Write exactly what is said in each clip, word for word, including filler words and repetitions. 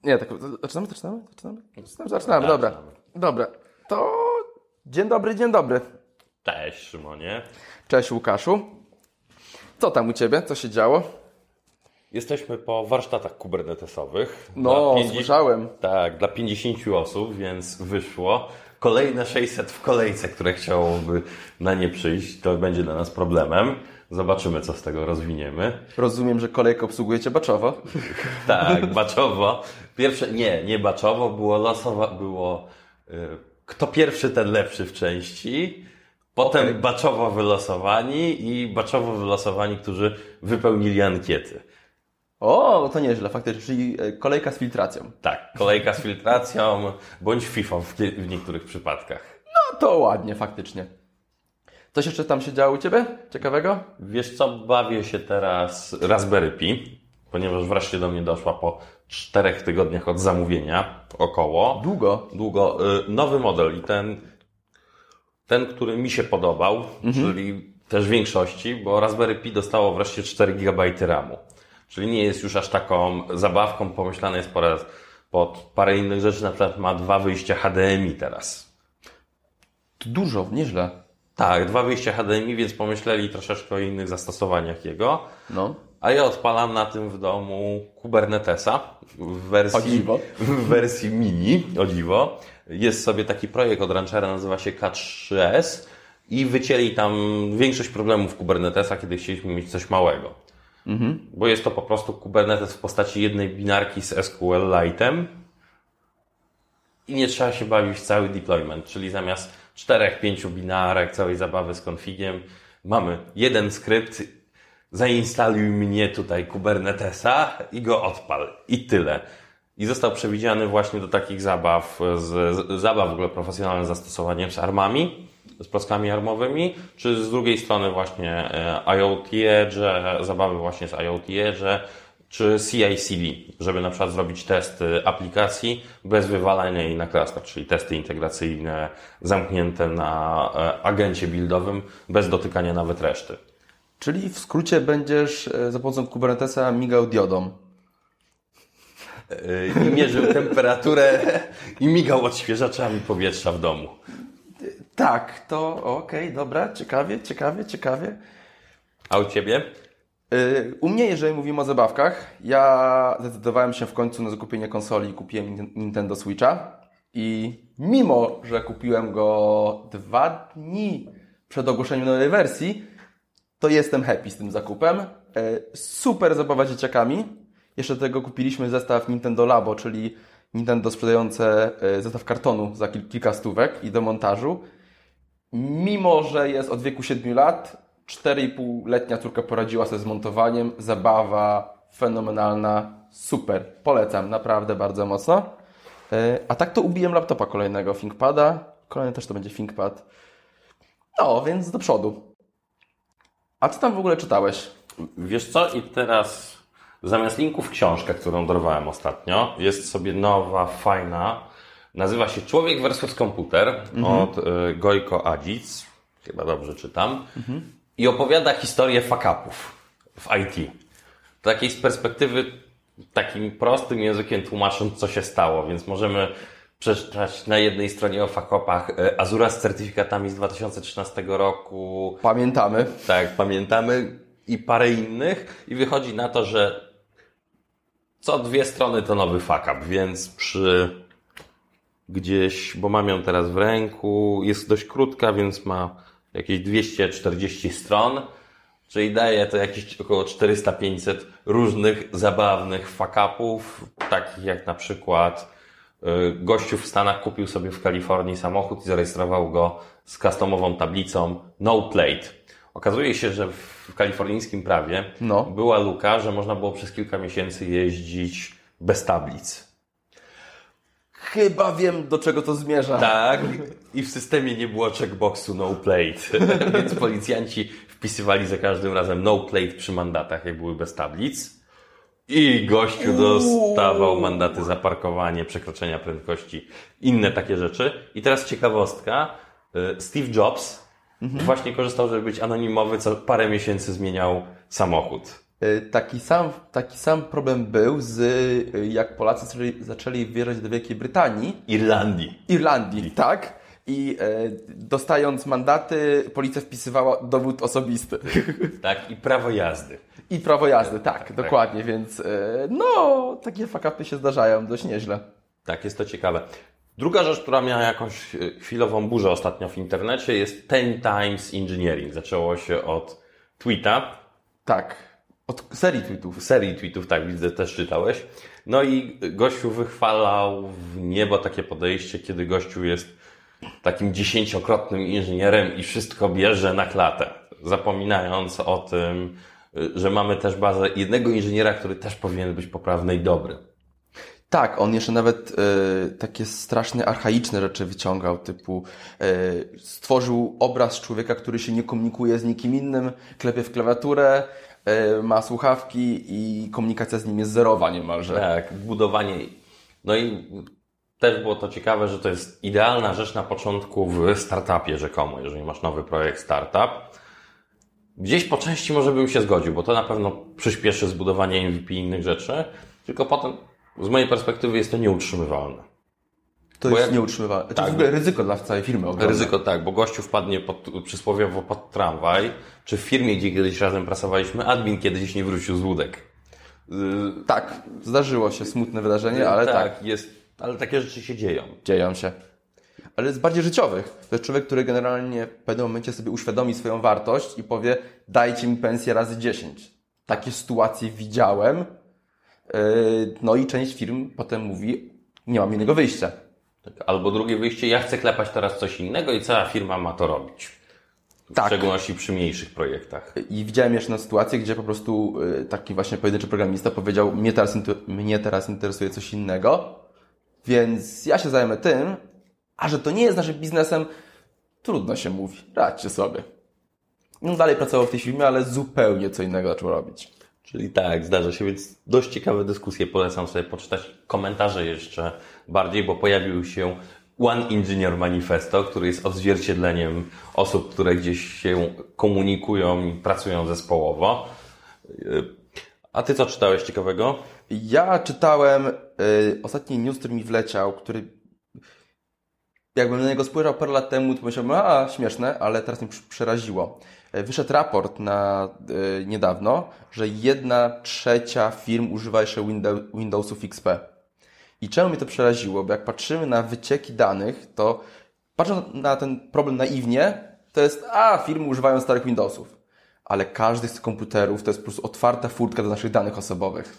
Nie, tak, zaczynamy, zaczynamy, zaczynamy, zaczynamy, zaczynamy, dobra, dobra, to dzień dobry, dzień dobry. Cześć Szymonie. Cześć Łukaszu. Co tam u Ciebie, co się działo? Jesteśmy po warsztatach kubernetesowych. No, pięćdziesiąt słyszałem. Tak, dla pięćdziesięciu osób, więc wyszło. Kolejne sześćset w kolejce, które chciałoby na nie przyjść, to będzie dla nas problemem. Zobaczymy, co z tego rozwiniemy. Rozumiem, że kolejkę obsługujecie baczowo. Tak, baczowo. Pierwsze, nie, nie baczowo, było losowo, było y, kto pierwszy, ten lepszy w części. Potem okay. Baczowo wylosowani i baczowo wylosowani, którzy wypełnili ankiety. O, to nieźle, faktycznie, czyli kolejka z filtracją. Tak, kolejka z filtracją, bądź FIFA w, w niektórych przypadkach. No to ładnie, faktycznie. Coś jeszcze tam się działo u Ciebie ciekawego? Wiesz co, bawię się teraz Raspberry Pi, ponieważ wreszcie do mnie doszła po czterech tygodniach od zamówienia, około. Długo? Długo. Nowy model i ten, ten który mi się podobał, mhm. czyli też w większości, bo Raspberry Pi dostało wreszcie cztery gigabajty ramu. Czyli nie jest już aż taką zabawką, pomyślane jest pod, pod parę innych rzeczy, na przykład ma dwa wyjścia H D M I teraz. To dużo, nieźle. Tak, dwa wyjścia H D M I, więc pomyśleli troszeczkę o innych zastosowaniach jego. No. A ja odpalam na tym w domu Kubernetesa w wersji, w wersji mini, o dziwo. Jest sobie taki projekt od Ranchera, nazywa się K trzy S i wycięli tam większość problemów Kubernetesa, kiedy chcieliśmy mieć coś małego. Mhm. Bo jest to po prostu Kubernetes w postaci jednej binarki z S Q Lite'em i nie trzeba się bawić w cały deployment, czyli zamiast czterech, pięciu binarek, całej zabawy z konfigiem, mamy jeden skrypt, zainstaluj mnie tutaj Kubernetesa i go odpal. I tyle. I został przewidziany właśnie do takich zabaw, z, z zabaw w ogóle profesjonalnym zastosowaniem z armami, z plotkami armowymi, czy z drugiej strony właśnie IoT Edge, zabawy właśnie z IoT Edge, czy C I C D, żeby na przykład zrobić testy aplikacji bez wywalania jej na klaskach, czyli testy integracyjne zamknięte na agencie buildowym, bez dotykania nawet reszty. Czyli w skrócie będziesz za pomocą Kubernetesa migał diodą. I mierzył temperaturę i migał odświeżaczami powietrza w domu. Tak, to okej, okay, dobra, ciekawie, ciekawie, ciekawie. A u Ciebie? Yy, u mnie, jeżeli mówimy o zabawkach, ja zdecydowałem się w końcu na zakupienie konsoli i kupiłem Nintendo Switcha. I mimo, że kupiłem go dwa dni przed ogłoszeniem nowej wersji, to jestem happy z tym zakupem. Yy, super zabawa z dzieciakami. Jeszcze do tego kupiliśmy zestaw Nintendo Labo, czyli Nintendo sprzedające zestaw kartonu za kilka stówek i do montażu. Mimo, że jest od wieku siedmiu lat, cztery i pół letnia córka poradziła sobie z montowaniem. Zabawa fenomenalna, super. Polecam, naprawdę bardzo mocno. A tak to ubiłem laptopa kolejnego, ThinkPada. Kolejny też to będzie ThinkPad. No, więc do przodu. A co tam w ogóle czytałeś? Wiesz co? I teraz zamiast linków książkę, którą dorwałem ostatnio, jest sobie nowa, fajna. Nazywa się Człowiek versus komputer mhm. od y, Gojko Adzic. Chyba dobrze czytam. Mhm. I opowiada historię fuck-upów w I T. Takiej z perspektywy takim prostym językiem tłumacząc, co się stało. Więc możemy przeczytać na jednej stronie o fuck-upach Azura z certyfikatami z dwa tysiące trzynastego roku. Pamiętamy. Tak, pamiętamy. I parę innych. I wychodzi na to, że co dwie strony to nowy fuck-up. Więc przy gdzieś, bo mam ją teraz w ręku, jest dość krótka, więc ma jakieś dwieście czterdzieści stron, czyli daje to jakieś około czterysta pięćset różnych zabawnych fuck-upów, takich jak na przykład gościu w Stanach kupił sobie w Kalifornii samochód i zarejestrował go z customową tablicą no plate. Okazuje się, że w kalifornijskim prawie no. była luka, że można było przez kilka miesięcy jeździć bez tablic. Chyba wiem, do czego to zmierza. Tak, i w systemie nie było checkboxu no plate, więc policjanci wpisywali za każdym razem no plate przy mandatach, jak były bez tablic. I gościu dostawał mandaty za parkowanie, przekroczenia prędkości, inne takie rzeczy. I teraz ciekawostka, Steve Jobs mhm. właśnie korzystał, żeby być anonimowy, co parę miesięcy zmieniał samochód. Taki sam, taki sam problem był z, jak Polacy zaczęli, zaczęli wjeżdżać do Wielkiej Brytanii. Irlandii. Irlandii, tak. I e, dostając mandaty, policja wpisywała dowód osobisty. Tak, i prawo jazdy. I prawo jazdy, tak, tak, tak dokładnie, tak. Więc e, no, takie fuck-upy się zdarzają dość nieźle. Tak, jest to ciekawe. Druga rzecz, która miała jakąś chwilową burzę ostatnio w internecie, jest Ten Times Engineering. Zaczęło się od tweeta. Tak, od serii tweetów. Serii tweetów, tak, widzę, też czytałeś. No i gościu wychwalał w niebo takie podejście, kiedy gościu jest takim dziesięciokrotnym inżynierem i wszystko bierze na klatę, zapominając o tym, że mamy też bazę jednego inżyniera, który też powinien być poprawny i dobry. Tak, on jeszcze nawet y, takie straszne, archaiczne rzeczy wyciągał, typu y, stworzył obraz człowieka, który się nie komunikuje z nikim innym, klepie w klawiaturę, y, ma słuchawki i komunikacja z nim jest zerowa niemalże. Tak, budowanie. No i też było to ciekawe, że to jest idealna rzecz na początku w startupie rzekomo, jeżeli masz nowy projekt startup. Gdzieś po części może bym się zgodził, bo to na pewno przyspieszy zbudowanie M V P i innych rzeczy, tylko potem z mojej perspektywy jest to nieutrzymywalne. To bo jest jak... nieutrzymywalne. To tak, jest w ogóle ryzyko dla całej firmy. Ogromne. Ryzyko tak, bo gościu wpadnie pod, przysłowiowo pod tramwaj, czy w firmie, gdzie kiedyś razem pracowaliśmy, admin kiedyś nie wrócił z łódek. Yy... Tak, zdarzyło się smutne wydarzenie, ale tak. tak. Jest, ale takie rzeczy się dzieją. Dzieją się. Ale z bardziej życiowych. To jest człowiek, który generalnie w pewnym momencie sobie uświadomi swoją wartość i powie, dajcie mi pensję razy dziesięć. Takie sytuacje widziałem. No i część firm potem mówi, nie mam innego wyjścia. Albo drugie wyjście, ja chcę klepać teraz coś innego i cała firma ma to robić. W tak. szczególności przy mniejszych projektach. I widziałem jeszcze na sytuację, gdzie po prostu taki właśnie pojedynczy programista powiedział, mnie teraz, mnie teraz interesuje coś innego, więc ja się zajmę tym, a że to nie jest naszym biznesem, trudno się mówi, radźcie sobie. No dalej pracował w tej firmie, ale zupełnie co innego zaczął robić. Czyli tak, zdarza się, więc dość ciekawe dyskusje. Polecam sobie poczytać komentarze jeszcze bardziej, bo pojawił się One Engineer Manifesto, który jest odzwierciedleniem osób, które gdzieś się komunikują i pracują zespołowo. A ty co czytałeś ciekawego? Ja czytałem y, ostatni news, który mi wleciał, który jakbym na niego spojrzał parę lat temu, to myślałem, a śmieszne, ale teraz mnie przeraziło. Wyszedł raport na y, niedawno, że jedna trzecia firm używa jeszcze Windows, Windowsów X P. I czemu mnie to przeraziło? Bo jak patrzymy na wycieki danych, to patrząc na ten problem naiwnie, to jest, a firmy używają starych Windowsów. Ale każdy z tych komputerów to jest po prostu otwarta furtka do naszych danych osobowych.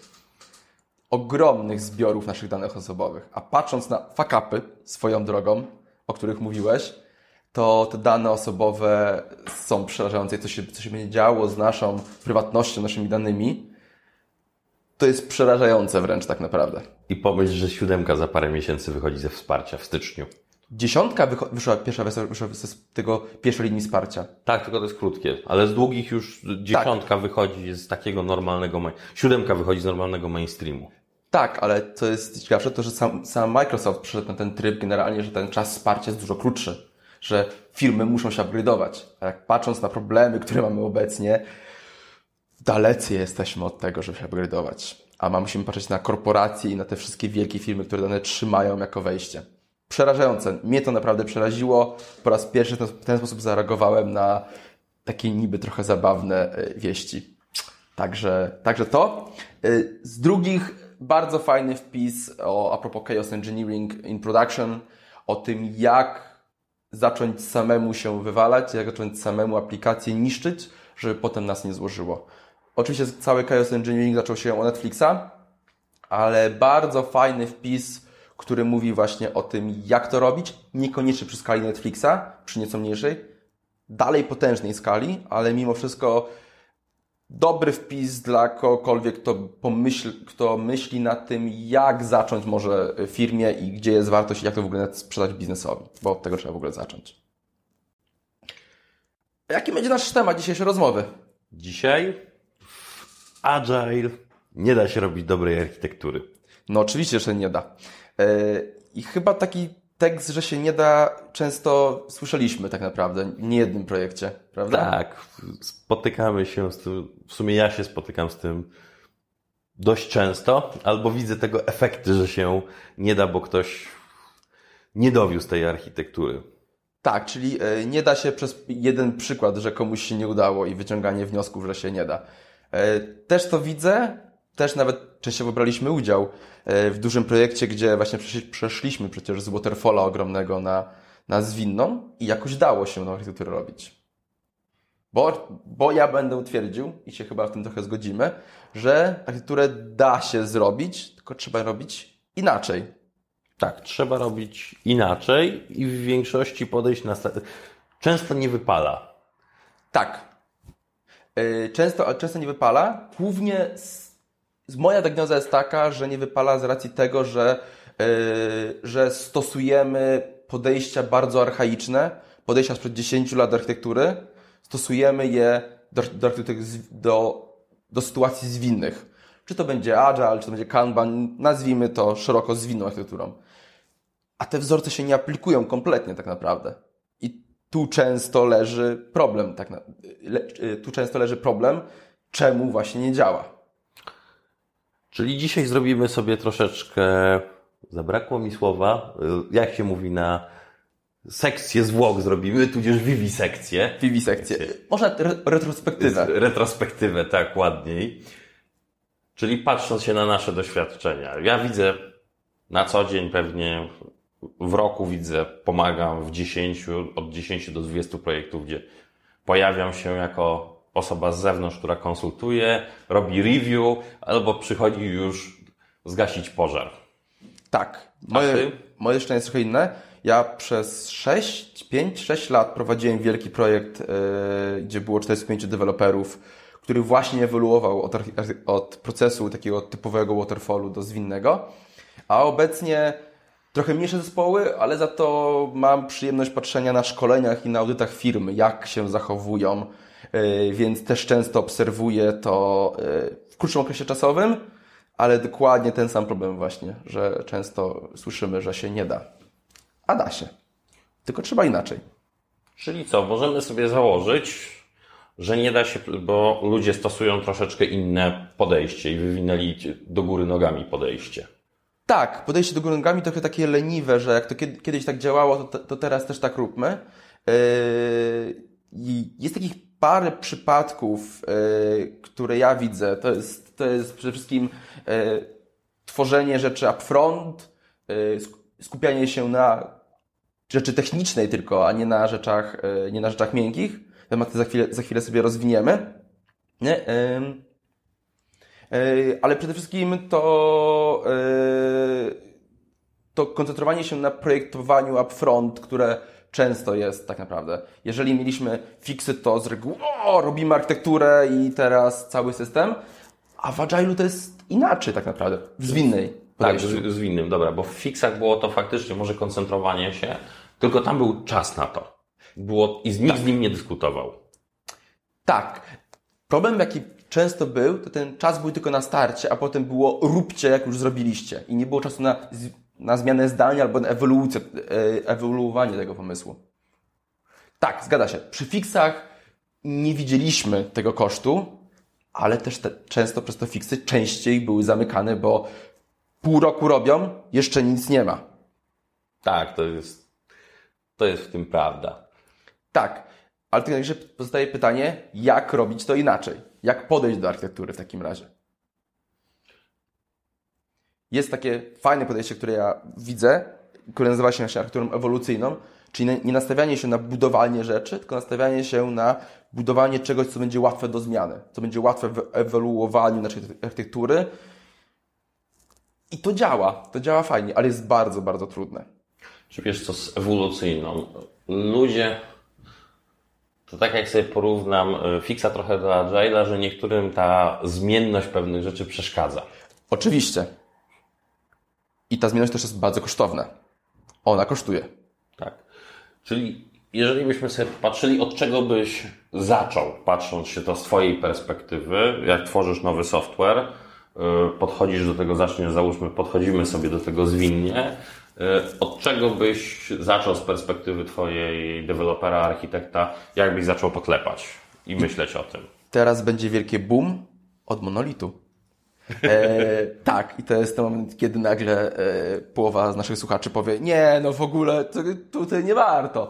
Ogromnych zbiorów naszych danych osobowych. A patrząc na fuck-upy swoją drogą, o których mówiłeś, to te dane osobowe są przerażające. Co się, co się będzie działo z naszą prywatnością, naszymi danymi, to jest przerażające wręcz tak naprawdę. I pomyśl, że siódemka za parę miesięcy wychodzi ze wsparcia w styczniu. Dziesiątka wycho- wyszła pierwsza wersja wyszła z tego pierwszej linii wsparcia. Tak, tylko to jest krótkie, ale z długich już dziesiątka tak. wychodzi z takiego normalnego, siódemka wychodzi z normalnego mainstreamu. Tak, ale co jest ciekawsze, to że sam, sam Microsoft przyszedł na ten tryb generalnie, że ten czas wsparcia jest dużo krótszy, że firmy muszą się upgrade'ować. A jak patrząc na problemy, które mamy obecnie, dalecy jesteśmy od tego, żeby się upgrade'ować. A my musimy patrzeć na korporacje i na te wszystkie wielkie firmy, które dane trzymają jako wejście. Przerażające. Mnie to naprawdę przeraziło. Po raz pierwszy w ten sposób zareagowałem na takie niby trochę zabawne wieści. Także, także to. Z drugich bardzo fajny wpis o, a propos Chaos Engineering in Production, o tym jak zacząć samemu się wywalać, jak zacząć samemu aplikacje niszczyć, żeby potem nas nie złożyło. Oczywiście cały Chaos Engineering zaczął się od Netflixa, ale bardzo fajny wpis, który mówi właśnie o tym, jak to robić, niekoniecznie przy skali Netflixa, przy nieco mniejszej, dalej potężnej skali, ale mimo wszystko dobry wpis dla kogokolwiek, kto, pomyśl, kto myśli nad tym, jak zacząć może firmie i gdzie jest wartość i jak to w ogóle sprzedać biznesowi, bo od tego trzeba w ogóle zacząć. Jaki będzie nasz temat dzisiejszej rozmowy? Dzisiaj w Agile nie da się robić dobrej architektury. No oczywiście, że nie da. I chyba taki tekst, że się nie da, często słyszeliśmy tak naprawdę w niejednym projekcie, prawda? Tak, spotykamy się z tym, w sumie ja się spotykam z tym dość często, albo widzę tego efekty, że się nie da, bo ktoś nie dowiózł tej architektury. Tak, czyli nie da się przez jeden przykład, że komuś się nie udało i wyciąganie wniosków, że się nie da. Też to widzę, też nawet częściowo braliśmy udział w dużym projekcie, gdzie właśnie przeszliśmy przecież z waterfalla ogromnego na, na zwinną i jakoś dało się na architekturę robić. Bo, bo ja będę twierdził, i się chyba w tym trochę zgodzimy, że architekturę da się zrobić, tylko trzeba robić inaczej. Tak, trzeba robić inaczej i w większości podejść na... Często nie wypala. Tak. Często, ale często nie wypala. Głównie z, z moja diagnoza jest taka, że nie wypala z racji tego, że, yy, że stosujemy podejścia bardzo archaiczne, podejścia sprzed dziesięciu lat do architektury, stosujemy je do, do, do, do sytuacji zwinnych. Czy to będzie Agile, czy to będzie Kanban, nazwijmy to szeroko zwinną architekturą. A te wzorce się nie aplikują kompletnie tak naprawdę. I tu często leży problem, tak na, le, tu często leży problem, czemu właśnie nie działa. Czyli dzisiaj zrobimy sobie troszeczkę, zabrakło mi słowa, jak się mówi na sekcję zwłok zrobimy, tudzież wiwisekcję. Wiwisekcję. Można re- retrospektywę. Retrospektywę, tak, ładniej. Czyli patrząc się na nasze doświadczenia. Ja widzę na co dzień pewnie w roku widzę, pomagam w dziesięciu, od dziesięciu do dwudziestu projektów, gdzie pojawiam się jako osoba z zewnątrz, która konsultuje, robi review, albo przychodzi już zgasić pożar. Tak. Moje, moje szczęście jest trochę inne. Ja przez sześć, pięć, sześć lat prowadziłem wielki projekt, yy, gdzie było czterdziestu pięciu deweloperów, który właśnie ewoluował od, od procesu takiego typowego waterfallu do zwinnego. A obecnie trochę mniejsze zespoły, ale za to mam przyjemność patrzenia na szkoleniach i na audytach firmy, jak się zachowują, yy, więc też często obserwuję to yy, w krótszym okresie czasowym, ale dokładnie ten sam problem właśnie, że często słyszymy, że się nie da. A da się. Tylko trzeba inaczej. Czyli co? Możemy sobie założyć, że nie da się, bo ludzie stosują troszeczkę inne podejście i wywinęli do góry nogami podejście. Tak, podejście do góry nogami trochę takie leniwe, że jak to kiedyś tak działało, to, to teraz też tak róbmy. Yy, jest takich parę przypadków, yy, które ja widzę. To jest, to jest przede wszystkim yy, tworzenie rzeczy upfront, yy, skupianie się na rzeczy technicznej tylko, a nie na rzeczach, nie na rzeczach miękkich. Temat za chwilę, za chwilę sobie rozwiniemy. Nie? Ale przede wszystkim to, to koncentrowanie się na projektowaniu upfront, które często jest tak naprawdę. Jeżeli mieliśmy fiksy, to z reguły o, robimy architekturę i teraz cały system, a w Agile'u to jest inaczej tak naprawdę, w zwinnej. Tak, z, z winnym, dobra, bo w fixach było to faktycznie może koncentrowanie się, tylko tam był czas na to. Było, i z nikt tak. z nim nie dyskutował. Tak. Problem, jaki często był, to ten czas był tylko na starcie, a potem było róbcie, jak już zrobiliście. I nie było czasu na, na zmianę zdania albo na ewolucję, ewoluowanie tego pomysłu. Tak, zgadza się. Przy fixach nie widzieliśmy tego kosztu, ale też te, często przez to fixy częściej były zamykane, bo pół roku robią, jeszcze nic nie ma. Tak, to jest, to jest w tym prawda. Tak, ale także pozostaje pytanie, jak robić to inaczej? Jak podejść do architektury w takim razie? Jest takie fajne podejście, które ja widzę, które nazywa się architekturą ewolucyjną, czyli nie nastawianie się na budowanie rzeczy, tylko nastawianie się na budowanie czegoś, co będzie łatwe do zmiany, co będzie łatwe w ewoluowaniu naszej architektury. I to działa, to działa fajnie, ale jest bardzo, bardzo trudne. Czy wiesz co, z ewolucyjną? Ludzie, to tak jak sobie porównam fixa trochę do Agile'a, że niektórym ta zmienność pewnych rzeczy przeszkadza. Oczywiście. I ta zmienność też jest bardzo kosztowna. Ona kosztuje. Tak. Czyli jeżeli byśmy sobie patrzyli, od czego byś zaczął, patrząc się to z twojej perspektywy, jak tworzysz nowy software, podchodzisz do tego, zaczniesz, załóżmy, podchodzimy sobie do tego zwinnie, Od czego byś zaczął z perspektywy twojej dewelopera, architekta? Jak byś zaczął poklepać i myśleć o tym? Teraz będzie wielkie boom od monolitu. E, tak, i to jest ten moment, kiedy nagle e, połowa z naszych słuchaczy powie, nie, no w ogóle to, tutaj nie warto.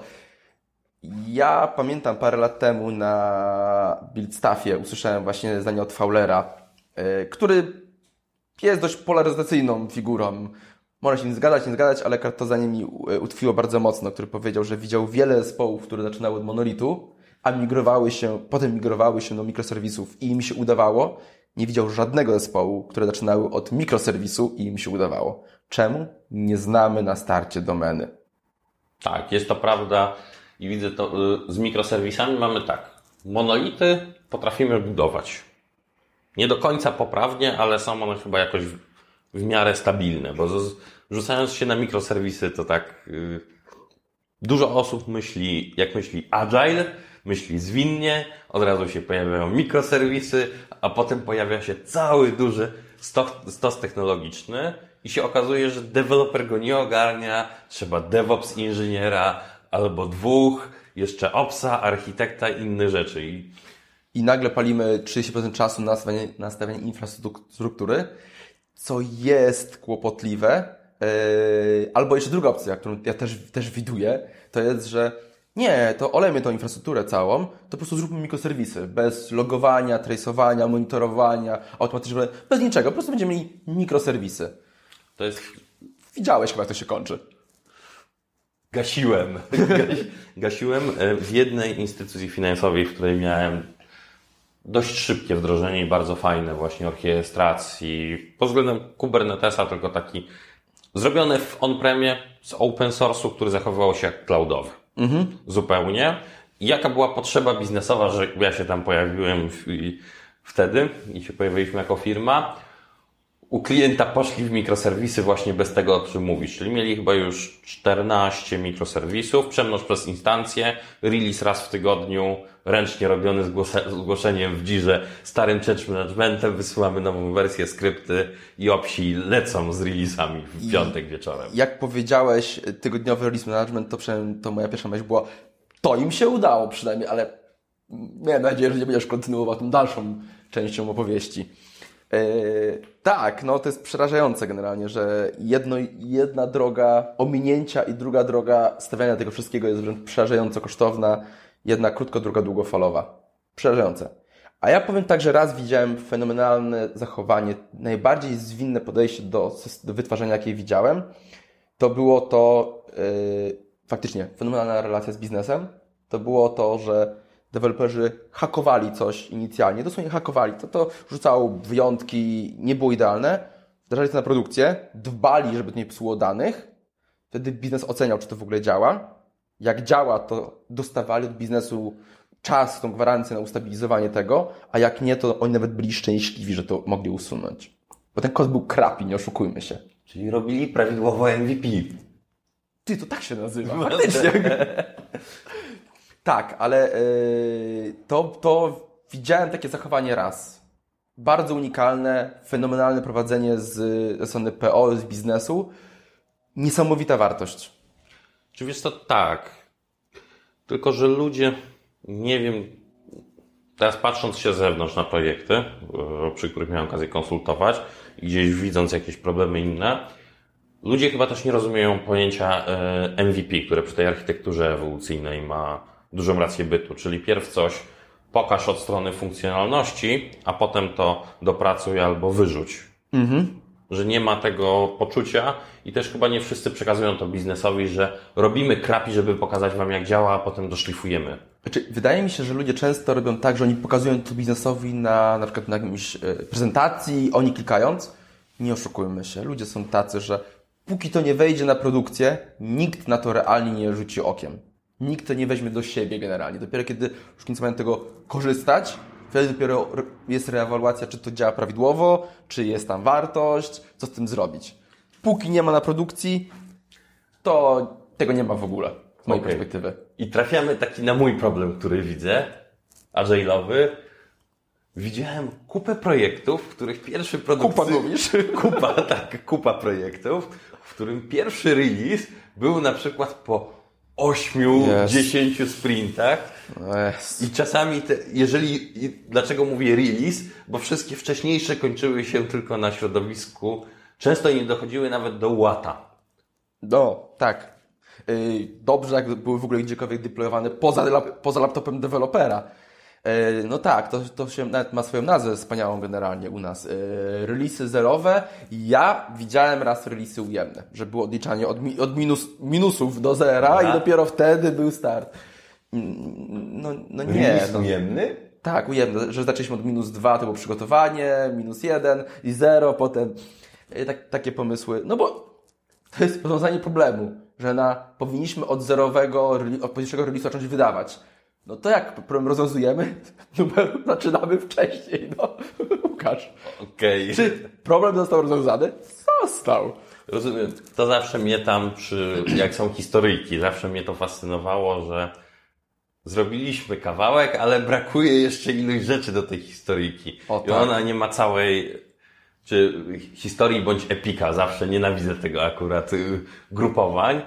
Ja pamiętam parę lat temu na Buildstaffie usłyszałem właśnie zdanie od Fowlera, e, który jest dość polaryzacyjną figurą. Można się nie zgadzać, nie zgadzać, ale to zdanie mi utkwiło bardzo mocno, który powiedział, że widział wiele zespołów, które zaczynały od monolitu, a migrowały się, potem migrowały się do mikroserwisów i im się udawało. Nie widział żadnego zespołu, które zaczynały od mikroserwisu i im się udawało. Czemu? Nie znamy na starcie domeny. Tak, jest to prawda i widzę to z mikroserwisami mamy tak. Monolity potrafimy budować. Nie do końca poprawnie, ale są one chyba jakoś w, w miarę stabilne, bo z, rzucając się na mikroserwisy to tak yy, dużo osób myśli, jak myśli agile, myśli zwinnie, od razu się pojawiają mikroserwisy, a potem pojawia się cały duży stos, stos technologiczny i się okazuje, że deweloper go nie ogarnia, trzeba DevOps inżyniera albo dwóch, jeszcze opsa, architekta i inne rzeczy. I, I nagle palimy trzydzieści procent czasu na nastawianie, nastawianie infrastruktury, co jest kłopotliwe. Yy, albo jeszcze druga opcja, którą ja też, też widuję, to jest, że nie, to olejmy tą infrastrukturę całą, to po prostu zróbmy mikroserwisy, bez logowania, traceowania, monitorowania, automatycznego, bez niczego, po prostu będziemy mieli mikroserwisy. To jest... Widziałeś chyba, jak to się kończy. Gasiłem. Gasiłem w jednej instytucji finansowej, w której miałem dość szybkie wdrożenie i bardzo fajne właśnie orkiestracji pod względem Kubernetesa, tylko taki zrobiony w on-premie z open source'u, który zachowywał się jak cloudowy. Mhm. Zupełnie. I jaka była potrzeba biznesowa, że ja się tam pojawiłem w, i wtedy i się pojawiliśmy jako firma. U klienta poszli w mikroserwisy właśnie bez tego, o czym mówisz. Czyli mieli chyba już czternaście mikroserwisów, przemnoż przez instancję, release raz w tygodniu, ręcznie robiony zgłoszeniem w dzirze, starym change managementem, wysyłamy nową wersję, skrypty i opsi lecą z release'ami w piątek wieczorem. Jak powiedziałeś, tygodniowy release management, to, to moja pierwsza myśl była, to im się udało przynajmniej, ale miałem nadzieję, że nie będziesz kontynuował tą dalszą częścią opowieści. Yy, tak, no to jest przerażające generalnie, że jedno, jedna droga ominięcia i druga droga stawiania tego wszystkiego jest wręcz przerażająco kosztowna, jedna krótko, druga długofalowa. Przerażające. A ja powiem tak, że raz widziałem fenomenalne zachowanie, najbardziej zwinne podejście do, do wytwarzania, jakie widziałem. To było to yy, faktycznie fenomenalna relacja z biznesem. To było to, że deweloperzy hakowali coś inicjalnie, dosłownie hakowali, to, to rzucało wyjątki, nie było idealne, wdrażali to na produkcję, dbali, żeby to nie psuło danych, wtedy biznes oceniał, czy to w ogóle działa. Jak działa, to dostawali od biznesu czas, tą gwarancję na ustabilizowanie tego, a jak nie, to oni nawet byli szczęśliwi, że to mogli usunąć. Bo ten kod był crappy, nie oszukujmy się. Czyli robili prawidłowo M V P. Ty, to tak się nazywa, faktycznie. Tak, ale yy, to, to widziałem takie zachowanie raz. Bardzo unikalne, fenomenalne prowadzenie z, ze strony P O, z biznesu. Niesamowita wartość. Czy wiesz to tak, tylko że ludzie, nie wiem, teraz patrząc się z zewnątrz na projekty, przy których miałem okazję konsultować i gdzieś widząc jakieś problemy inne, ludzie chyba też nie rozumieją pojęcia M V P, które przy tej architekturze ewolucyjnej ma dużą rację bytu, czyli pierw coś pokaż od strony funkcjonalności, a potem to dopracuj albo wyrzuć. Mhm. Że nie ma tego poczucia i też chyba nie wszyscy przekazują to biznesowi, że robimy krapi, żeby pokazać wam jak działa, a potem doszlifujemy. Znaczy, wydaje mi się, że ludzie często robią tak, że oni pokazują to biznesowi na, na przykład na jakimś prezentacji, oni klikając. Nie oszukujmy się, ludzie są tacy, że póki to nie wejdzie na produkcję, nikt na to realnie nie rzuci okiem. Nikt to nie weźmie do siebie generalnie. Dopiero kiedy już końcu mają tego korzystać, wtedy dopiero jest reewaluacja, czy to działa prawidłowo, czy jest tam wartość, co z tym zrobić. Póki nie ma na produkcji, to tego nie ma w ogóle, z mojej okay. perspektywy. I trafiamy taki na mój problem, który widzę, agile'owy. widziałem kupę projektów, w których pierwszy produkt... Kupa mówisz? Kupa, tak, kupa projektów, w którym pierwszy release był na przykład po ośmiu, yes. dziesięciu sprintach. Yes. I czasami, te, jeżeli, i dlaczego mówię release? Bo wszystkie wcześniejsze kończyły się tylko na środowisku, często nie dochodziły nawet do łata. No, tak. Yy, dobrze, jak były w ogóle gdziekolwiek deployowane poza, poza laptopem dewelopera. Yy, no tak, to, to się nawet ma swoją nazwę wspaniałą generalnie u nas. Yy, releasy zerowe. Ja widziałem raz releasy ujemne, że było odliczanie od, mi, od minus, minusów do zera. Aha. I dopiero wtedy był start. No, no nie. Release no. ujemny? Tak, ujemny, że zaczęliśmy od minus dwa, to było przygotowanie, minus jeden i zero, potem yy, tak, takie pomysły. No bo to jest rozwiązanie problemu, że na, powinniśmy od zerowego, od pierwszego release'u zacząć wydawać. No to jak problem rozwiązujemy? Numer zaczynamy wcześniej, no. Łukasz. Okej. Okay. Czy problem został rozwiązany? Został. Rozumiem. To zawsze mnie tam, przy, jak są historyjki, zawsze mnie to fascynowało, że zrobiliśmy kawałek, ale brakuje jeszcze iluś rzeczy do tej historyjki. O, tak. I ona nie ma całej... czy historii bądź epika, zawsze nienawidzę tego akurat y, grupowań,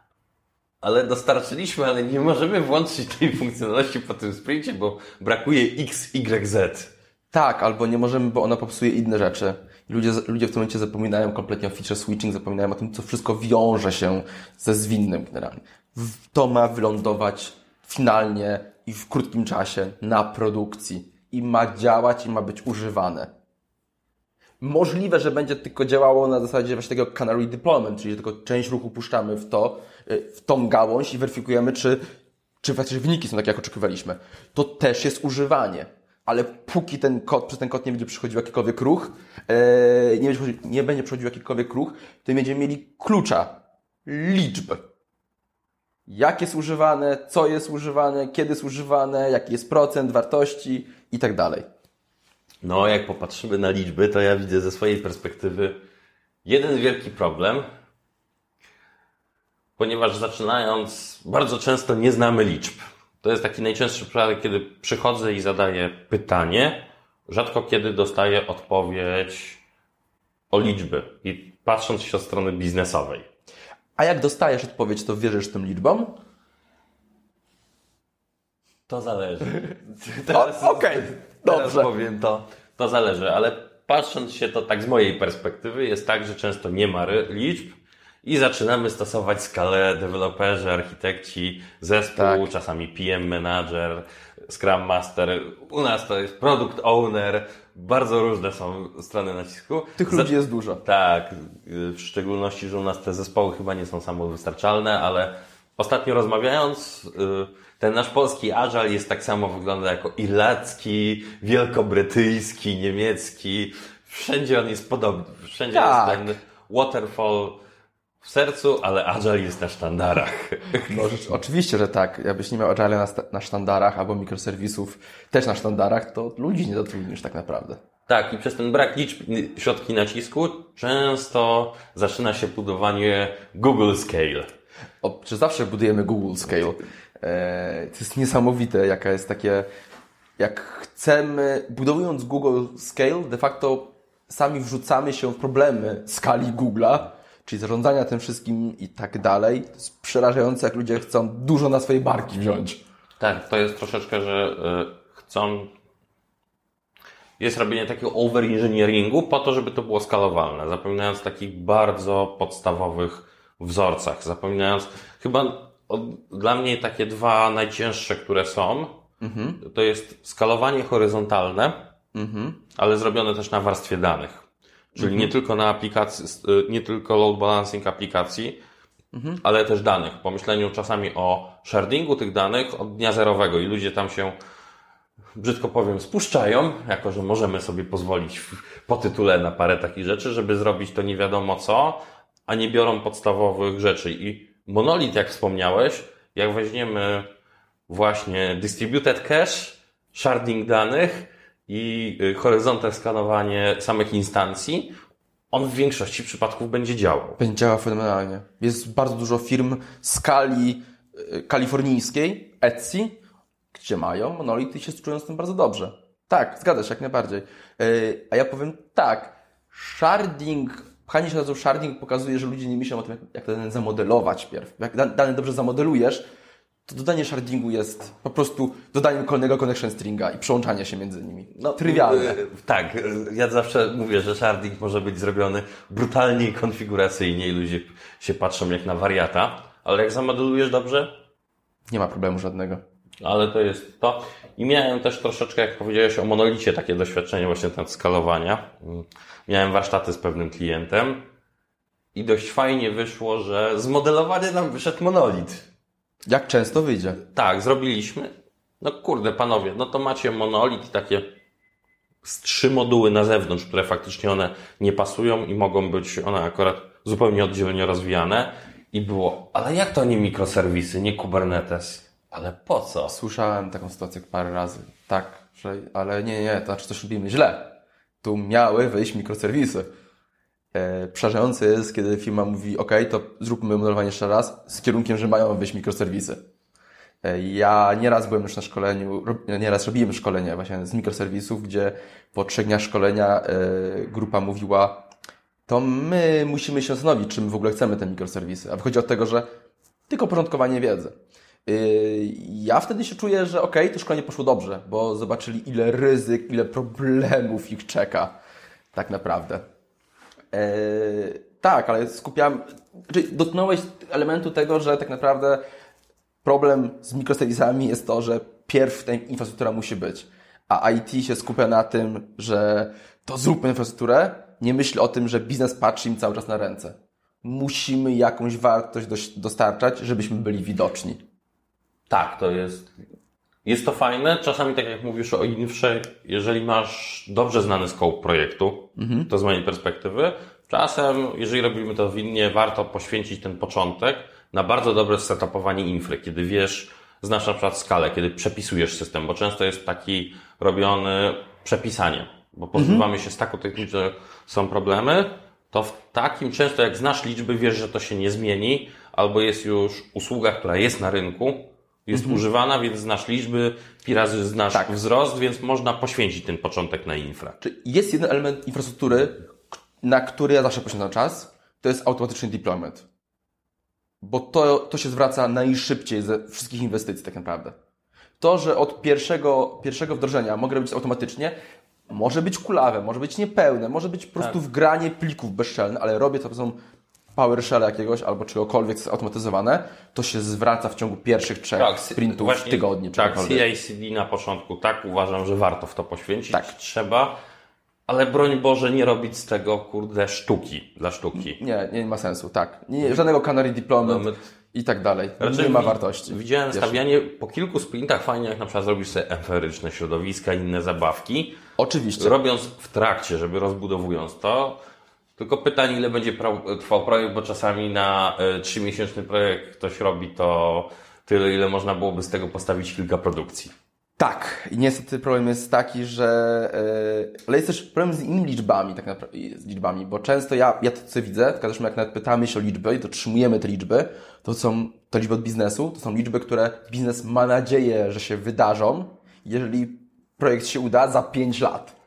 ale dostarczyliśmy, ale nie możemy włączyć tej funkcjonalności po tym sprincie, bo brakuje X, Y, Z. Tak, albo nie możemy, bo ona popsuje inne rzeczy. Ludzie, ludzie w tym momencie zapominają kompletnie o feature switching, zapominają o tym, co wszystko wiąże się ze zwinnym generalnie. To ma wylądować finalnie i w krótkim czasie na produkcji i ma działać i ma być używane. Możliwe, że będzie tylko działało na zasadzie właśnie tego canary deployment, czyli tylko część ruchu puszczamy w to, w tą gałąź i weryfikujemy, czy, czy faktycznie wyniki są takie, jak oczekiwaliśmy. To też jest używanie. Ale póki ten kod, przez ten kod nie będzie przychodził jakikolwiek ruch, yy, nie, będzie, nie będzie przychodził jakikolwiek ruch, to nie będziemy mieli klucza, liczb. Jak jest używane, co jest używane, kiedy jest używane, jaki jest procent wartości i tak dalej. No, jak popatrzymy na liczby, to ja widzę ze swojej perspektywy jeden wielki problem, ponieważ zaczynając bardzo często nie znamy liczb. To jest taki najczęstszy przypadek, kiedy przychodzę i zadaję pytanie, rzadko kiedy dostaję odpowiedź o liczby i patrząc się od strony biznesowej. A jak dostajesz odpowiedź, to wierzysz tym liczbom? To zależy. Teraz, Okej, okay. Dobrze. Teraz powiem to, to zależy, ale patrząc się to tak z mojej perspektywy, jest tak, że często nie ma liczb i zaczynamy stosować skalę deweloperzy, architekci, zespół, tak. Czasami P M Manager, Scrum Master. U nas to jest Product Owner. Bardzo różne są strony nacisku. Tych ludzi Za... jest dużo. Tak, w szczególności, że u nas te zespoły chyba nie są samowystarczalne, ale ostatnio rozmawiając, ten nasz polski Agile jest tak samo, wygląda jako irlandzki, wielkobrytyjski, niemiecki. Wszędzie on jest podobny. Wszędzie tak. Jest ten waterfall w sercu, ale Agile jest na sztandarach. No, rzecz, oczywiście, że tak. Jakbyś nie miał Agile na, na sztandarach albo mikroserwisów też na sztandarach, to ludzi nie zatrudnisz tak naprawdę. Tak, i przez ten brak liczb środki nacisku często zaczyna się budowanie Google Scale. O, czy zawsze budujemy Google Scale? E, to jest niesamowite, jaka jest takie... Jak chcemy, budowując Google Scale, de facto sami wrzucamy się w problemy skali Google'a, czyli zarządzania tym wszystkim i tak dalej. To jest przerażające, jak ludzie chcą dużo na swoje barki wziąć. Tak, to jest troszeczkę, że y, chcą... Jest robienie takiego overengineeringu po to, żeby to było skalowalne, zapominając o takich bardzo podstawowych wzorcach, zapominając... Chyba od, dla mnie takie dwa najcięższe, które są, mhm. to jest skalowanie horyzontalne, mhm. ale zrobione też na warstwie danych. Czyli mhm. nie tylko na aplikacji, nie tylko load balancing aplikacji, mhm. ale też danych. Po myśleniu czasami o shardingu tych danych od dnia zerowego i ludzie tam się, brzydko powiem, spuszczają, jako że możemy sobie pozwolić po tytule na parę takich rzeczy, żeby zrobić to nie wiadomo co, a nie biorą podstawowych rzeczy. I monolit, jak wspomniałeś, jak weźmiemy właśnie distributed cache, sharding danych, i horyzontalne skanowanie samych instancji, on w większości przypadków będzie działał. Będzie działał fenomenalnie. Jest bardzo dużo firm skali kalifornijskiej, Etsy, gdzie mają monolity i się czują z tym bardzo dobrze. Tak, zgadza się, jak najbardziej. Yy, a ja powiem tak, sharding, pchanie się na to sharding pokazuje, że ludzie nie myślą o tym, jak, jak dane zamodelować pierw. Jak dane dobrze zamodelujesz, to dodanie shardingu jest po prostu dodaniem kolejnego connection stringa i przełączanie się między nimi. No, trywialne. Yy, tak, ja zawsze mówię, że sharding może być zrobiony brutalnie i konfiguracyjnie i ludzie się patrzą jak na wariata, ale jak zamodelujesz dobrze? Nie ma problemu żadnego. Ale to jest to. I miałem też troszeczkę, jak powiedziałeś o monolicie, takie doświadczenie właśnie ten skalowania. Miałem warsztaty z pewnym klientem i dość fajnie wyszło, że zmodelowany nam wyszedł monolit. Jak często wyjdzie? Tak, zrobiliśmy. No kurde, panowie, no to macie monolit i takie z trzy moduły na zewnątrz, które faktycznie one nie pasują i mogą być one akurat zupełnie oddzielnie rozwijane. I było, ale jak to nie mikroserwisy, nie Kubernetes? Ale po co? Słyszałem taką sytuację parę razy. Tak, że, ale nie, nie, to znaczy coś robimy źle. Tu miały wyjść mikroserwisy. E, przerażające jest, kiedy firma mówi, ok, to zróbmy modelowanie jeszcze raz, z kierunkiem, że mają wyjść mikroserwisy. E, ja nieraz byłem już na szkoleniu, nieraz robiłem szkolenie właśnie z mikroserwisów, gdzie po trzech dniach szkolenia e, grupa mówiła, to my musimy się zastanowić, czy my w ogóle chcemy te mikroserwisy. A wychodzi od tego, że tylko porządkowanie wiedzy. Ja wtedy się czuję, że okej, okay, to szkolenie poszło dobrze, bo zobaczyli, ile ryzyk, ile problemów ich czeka tak naprawdę. Eee, tak, ale skupiam... Czyli dotknąłeś elementu tego, że tak naprawdę problem z mikroserwisami jest to, że pierw ta infrastruktura musi być, a I T się skupia na tym, że to zróbmy infrastrukturę, nie myśli o tym, że biznes patrzy im cały czas na ręce. Musimy jakąś wartość dostarczać, żebyśmy byli widoczni. Tak, to jest, jest to fajne. Czasami, tak jak mówisz o infrze, jeżeli masz dobrze znany scope projektu, mhm. to z mojej perspektywy, czasem, jeżeli robimy to winnie, warto poświęcić ten początek na bardzo dobre setupowanie infry, kiedy wiesz, znasz na przykład skalę, kiedy przepisujesz system, bo często jest taki robiony przepisanie, bo pozbywamy mhm. się staku tych, że są problemy, to w takim często jak znasz liczby, wiesz, że to się nie zmieni, albo jest już usługa, która jest na rynku, jest mhm. używana, więc znasz liczby, pi razy znasz tak. wzrost, więc można poświęcić ten początek na infra. Czy jest jeden element infrastruktury, na który ja zawsze poświęcam czas, to jest automatyczny deployment. Bo to, to się zwraca najszybciej ze wszystkich inwestycji tak naprawdę. To, że od pierwszego, pierwszego wdrożenia mogę robić automatycznie, może być kulawe, może być niepełne, może być po prostu tak. wgranie plików bezczelne, ale robię to, to są PowerShell jakiegoś albo czegokolwiek, co jest automatyzowane, to się zwraca w ciągu pierwszych trzech tak, sprintów właśnie, w tygodniu. Tak, C I C D na początku, tak, uważam, że warto w to poświęcić, tak. trzeba, ale broń Boże nie robić z tego, kurde, sztuki dla sztuki. Nie, nie ma sensu, tak. Nie, żadnego canary deployment no, my... i tak dalej. Raczej nie ma wartości. Widziałem Wiesz? stawianie po kilku sprintach fajnie, jak na przykład zrobisz sobie eferyczne środowiska, inne zabawki. Oczywiście. Robiąc w trakcie, żeby rozbudowując to. Tylko pytanie, ile będzie trwał projekt, bo czasami na trzymiesięczny projekt ktoś robi to tyle, ile można byłoby z tego postawić kilka produkcji. Tak. I niestety problem jest taki, że... Yy, ale jest też problem z innymi liczbami, tak naprawdę, z liczbami, bo często ja, ja to co widzę, tylko zresztą jak nawet pytamy się o liczby i dotrzymujemy te liczby, to są to liczby od biznesu, to są liczby, które biznes ma nadzieję, że się wydarzą, jeżeli projekt się uda za pięć lat.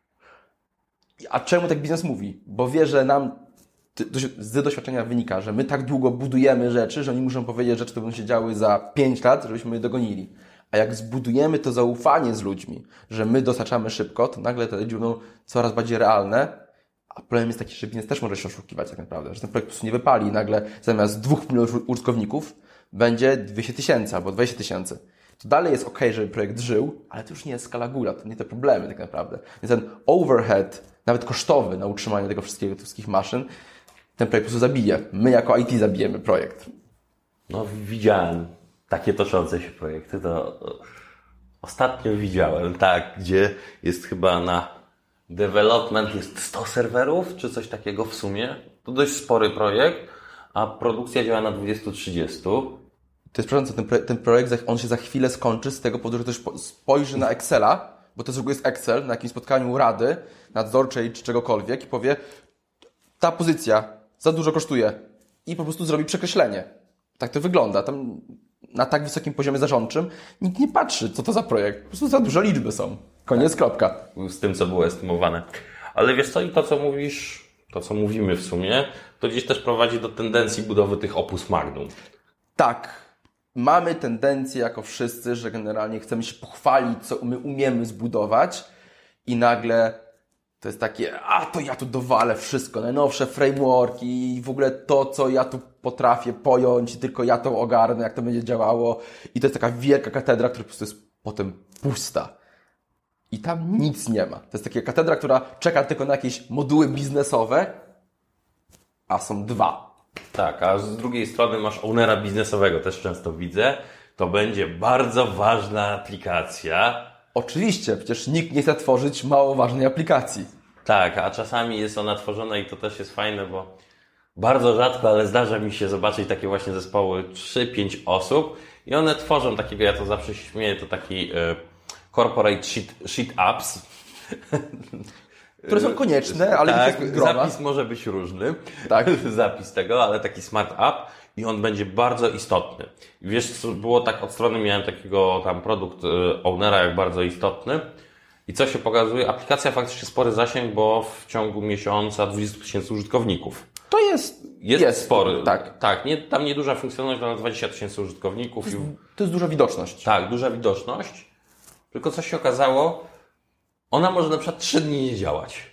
A czemu tak biznes mówi? Bo wie, że nam z doświadczenia wynika, że my tak długo budujemy rzeczy, że oni muszą powiedzieć rzeczy, które będą się działy za pięć lat, żebyśmy je dogonili. A jak zbudujemy to zaufanie z ludźmi, że my dostarczamy szybko, to nagle te liczby będą coraz bardziej realne. A problem jest taki, że biznes też może się oszukiwać tak naprawdę, że ten projekt po prostu nie wypali i nagle zamiast dwóch milionów użytkowników będzie dwieście tysięcy albo dwadzieścia tysięcy. To dalej jest ok, żeby projekt żył, ale to już nie jest skala góra, to nie te problemy tak naprawdę. Więc ten overhead, nawet kosztowy na utrzymanie tego wszystkiego, tych wszystkich maszyn, ten projekt po prostu zabije. My jako I T zabijemy projekt. No widziałem takie toczące się projekty, to ostatnio widziałem, tak, gdzie jest chyba na development jest sto serwerów, czy coś takiego w sumie. To dość spory projekt, a produkcja działa na dwadzieścia trzydzieści. To jest przerażające, ten, pro, ten projekt, on się za chwilę skończy z tego powodu, że ktoś spojrzy na Excela, bo to z reguły jest Excel, na jakimś spotkaniu rady nadzorczej czy czegokolwiek i powie, ta pozycja za dużo kosztuje i po prostu zrobi przekreślenie. Tak to wygląda. Tam na tak wysokim poziomie zarządczym nikt nie patrzy, co to za projekt. Po prostu za duże liczby są. Koniec, tak. Kropka. Z tym, co było estymowane. Ale wiesz co, i to, co mówisz, to, co mówimy w sumie, to gdzieś też prowadzi do tendencji budowy tych opus magnum. Tak. Mamy tendencję jako wszyscy, że generalnie chcemy się pochwalić, co my umiemy zbudować i nagle to jest takie, a to ja tu dowalę wszystko, najnowsze frameworki i w ogóle to, co ja tu potrafię pojąć i tylko ja to ogarnę, jak to będzie działało. I to jest taka wielka katedra, która po prostu jest potem pusta. I tam nic nie ma. To jest taka katedra, która czeka tylko na jakieś moduły biznesowe, a są dwa. Tak, a z drugiej strony masz ownera biznesowego, też często widzę. To będzie bardzo ważna aplikacja. Oczywiście, przecież nikt nie chce tworzyć mało ważnej aplikacji. Tak, a czasami jest ona tworzona i to też jest fajne, bo bardzo rzadko, ale zdarza mi się zobaczyć takie właśnie zespoły trzy pięć osób i one tworzą takiego, ja to zawsze się śmieję, to taki y, corporate shit, shit apps. Które są konieczne, ale tak, jest grona. Zapis może być różny, tak. zapis tego, ale taki smart app i on będzie bardzo istotny. I wiesz, było tak od strony, miałem takiego tam produkt ownera jak bardzo istotny i co się pokazuje? Aplikacja faktycznie spory zasięg, bo w ciągu miesiąca dwadzieścia tysięcy użytkowników. To jest... Jest, jest spory. Tak. Tak, nie, tam nieduża funkcjonalność, ale dwadzieścia tysięcy użytkowników. To jest, to jest duża widoczność. Tak, duża widoczność. Tylko co się okazało? Ona może na przykład trzy dni nie działać.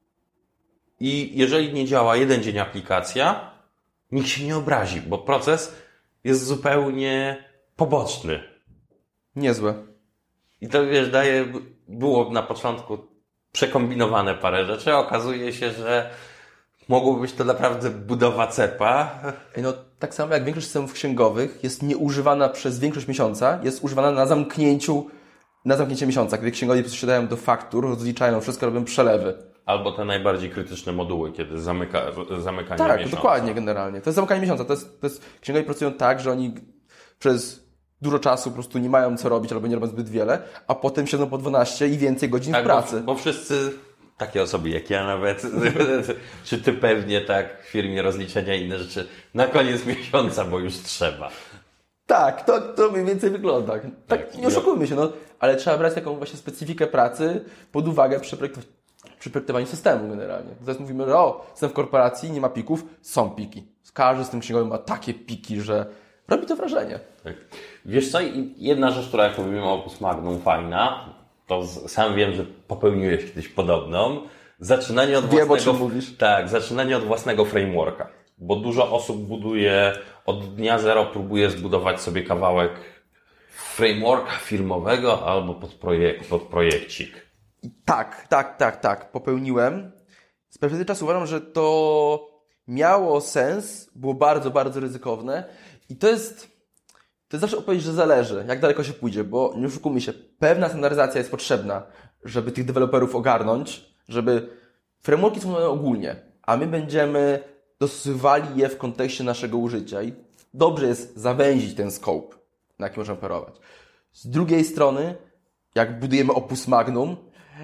I jeżeli nie działa jeden dzień aplikacja, nikt się nie obrazi, bo proces jest zupełnie poboczny. Niezłe. I to wiesz, daje, było na początku przekombinowane parę rzeczy, a okazuje się, że mogło być to naprawdę budowa cepa. No, tak samo jak większość systemów księgowych jest nieużywana przez większość miesiąca, jest używana na zamknięciu, na zamknięcie miesiąca, gdy księgowi posiadają do faktur, rozliczają wszystko, robią przelewy. Albo te najbardziej krytyczne moduły, kiedy zamyka, zamykanie tak, miesiąca. Tak, dokładnie, generalnie. To jest zamykanie miesiąca. To jest, to jest, księgowi pracują tak, że oni przez dużo czasu po prostu nie mają co robić albo nie robią zbyt wiele, a potem siedzą po dwanaście i więcej godzin tak, w pracy. Bo, bo wszyscy, takie osoby jak ja nawet, czy ty pewnie tak w firmie rozliczenia i inne rzeczy, na koniec miesiąca, bo już trzeba. Tak, to, to mniej więcej wygląda. Tak, tak nie oszukujmy się, no, ale trzeba brać taką właśnie specyfikę pracy pod uwagę przy, projektow- przy projektowaniu systemu generalnie. Teraz mówimy, że o, jestem w korporacji, nie ma pików, są piki. Każdy z tym księgowym ma takie piki, że robi to wrażenie. Tak. Wiesz co, jedna rzecz, która jak mówimy o opus magnum fajna, to z, sam wiem, że popełniłeś kiedyś podobną. Zaczynanie od Wiem, własnego, o czym mówisz. Tak, zaczynanie od własnego frameworka. Bo dużo osób buduje od dnia zero, próbuje zbudować sobie kawałek frameworka firmowego albo pod, projekt, pod projekcik. Tak, tak, tak, tak. Popełniłem. Z perspektywy czasu uważam, że to miało sens, było bardzo, bardzo ryzykowne i to jest, to jest zawsze odpowiedź, że zależy, jak daleko się pójdzie, bo nie oszukujmy się, pewna standaryzacja jest potrzebna, żeby tych deweloperów ogarnąć, żeby frameworki są ogólnie, a my będziemy dostosowywali je w kontekście naszego użycia i dobrze jest zawęzić ten scope, na jaki możemy operować. Z drugiej strony, jak budujemy opus magnum,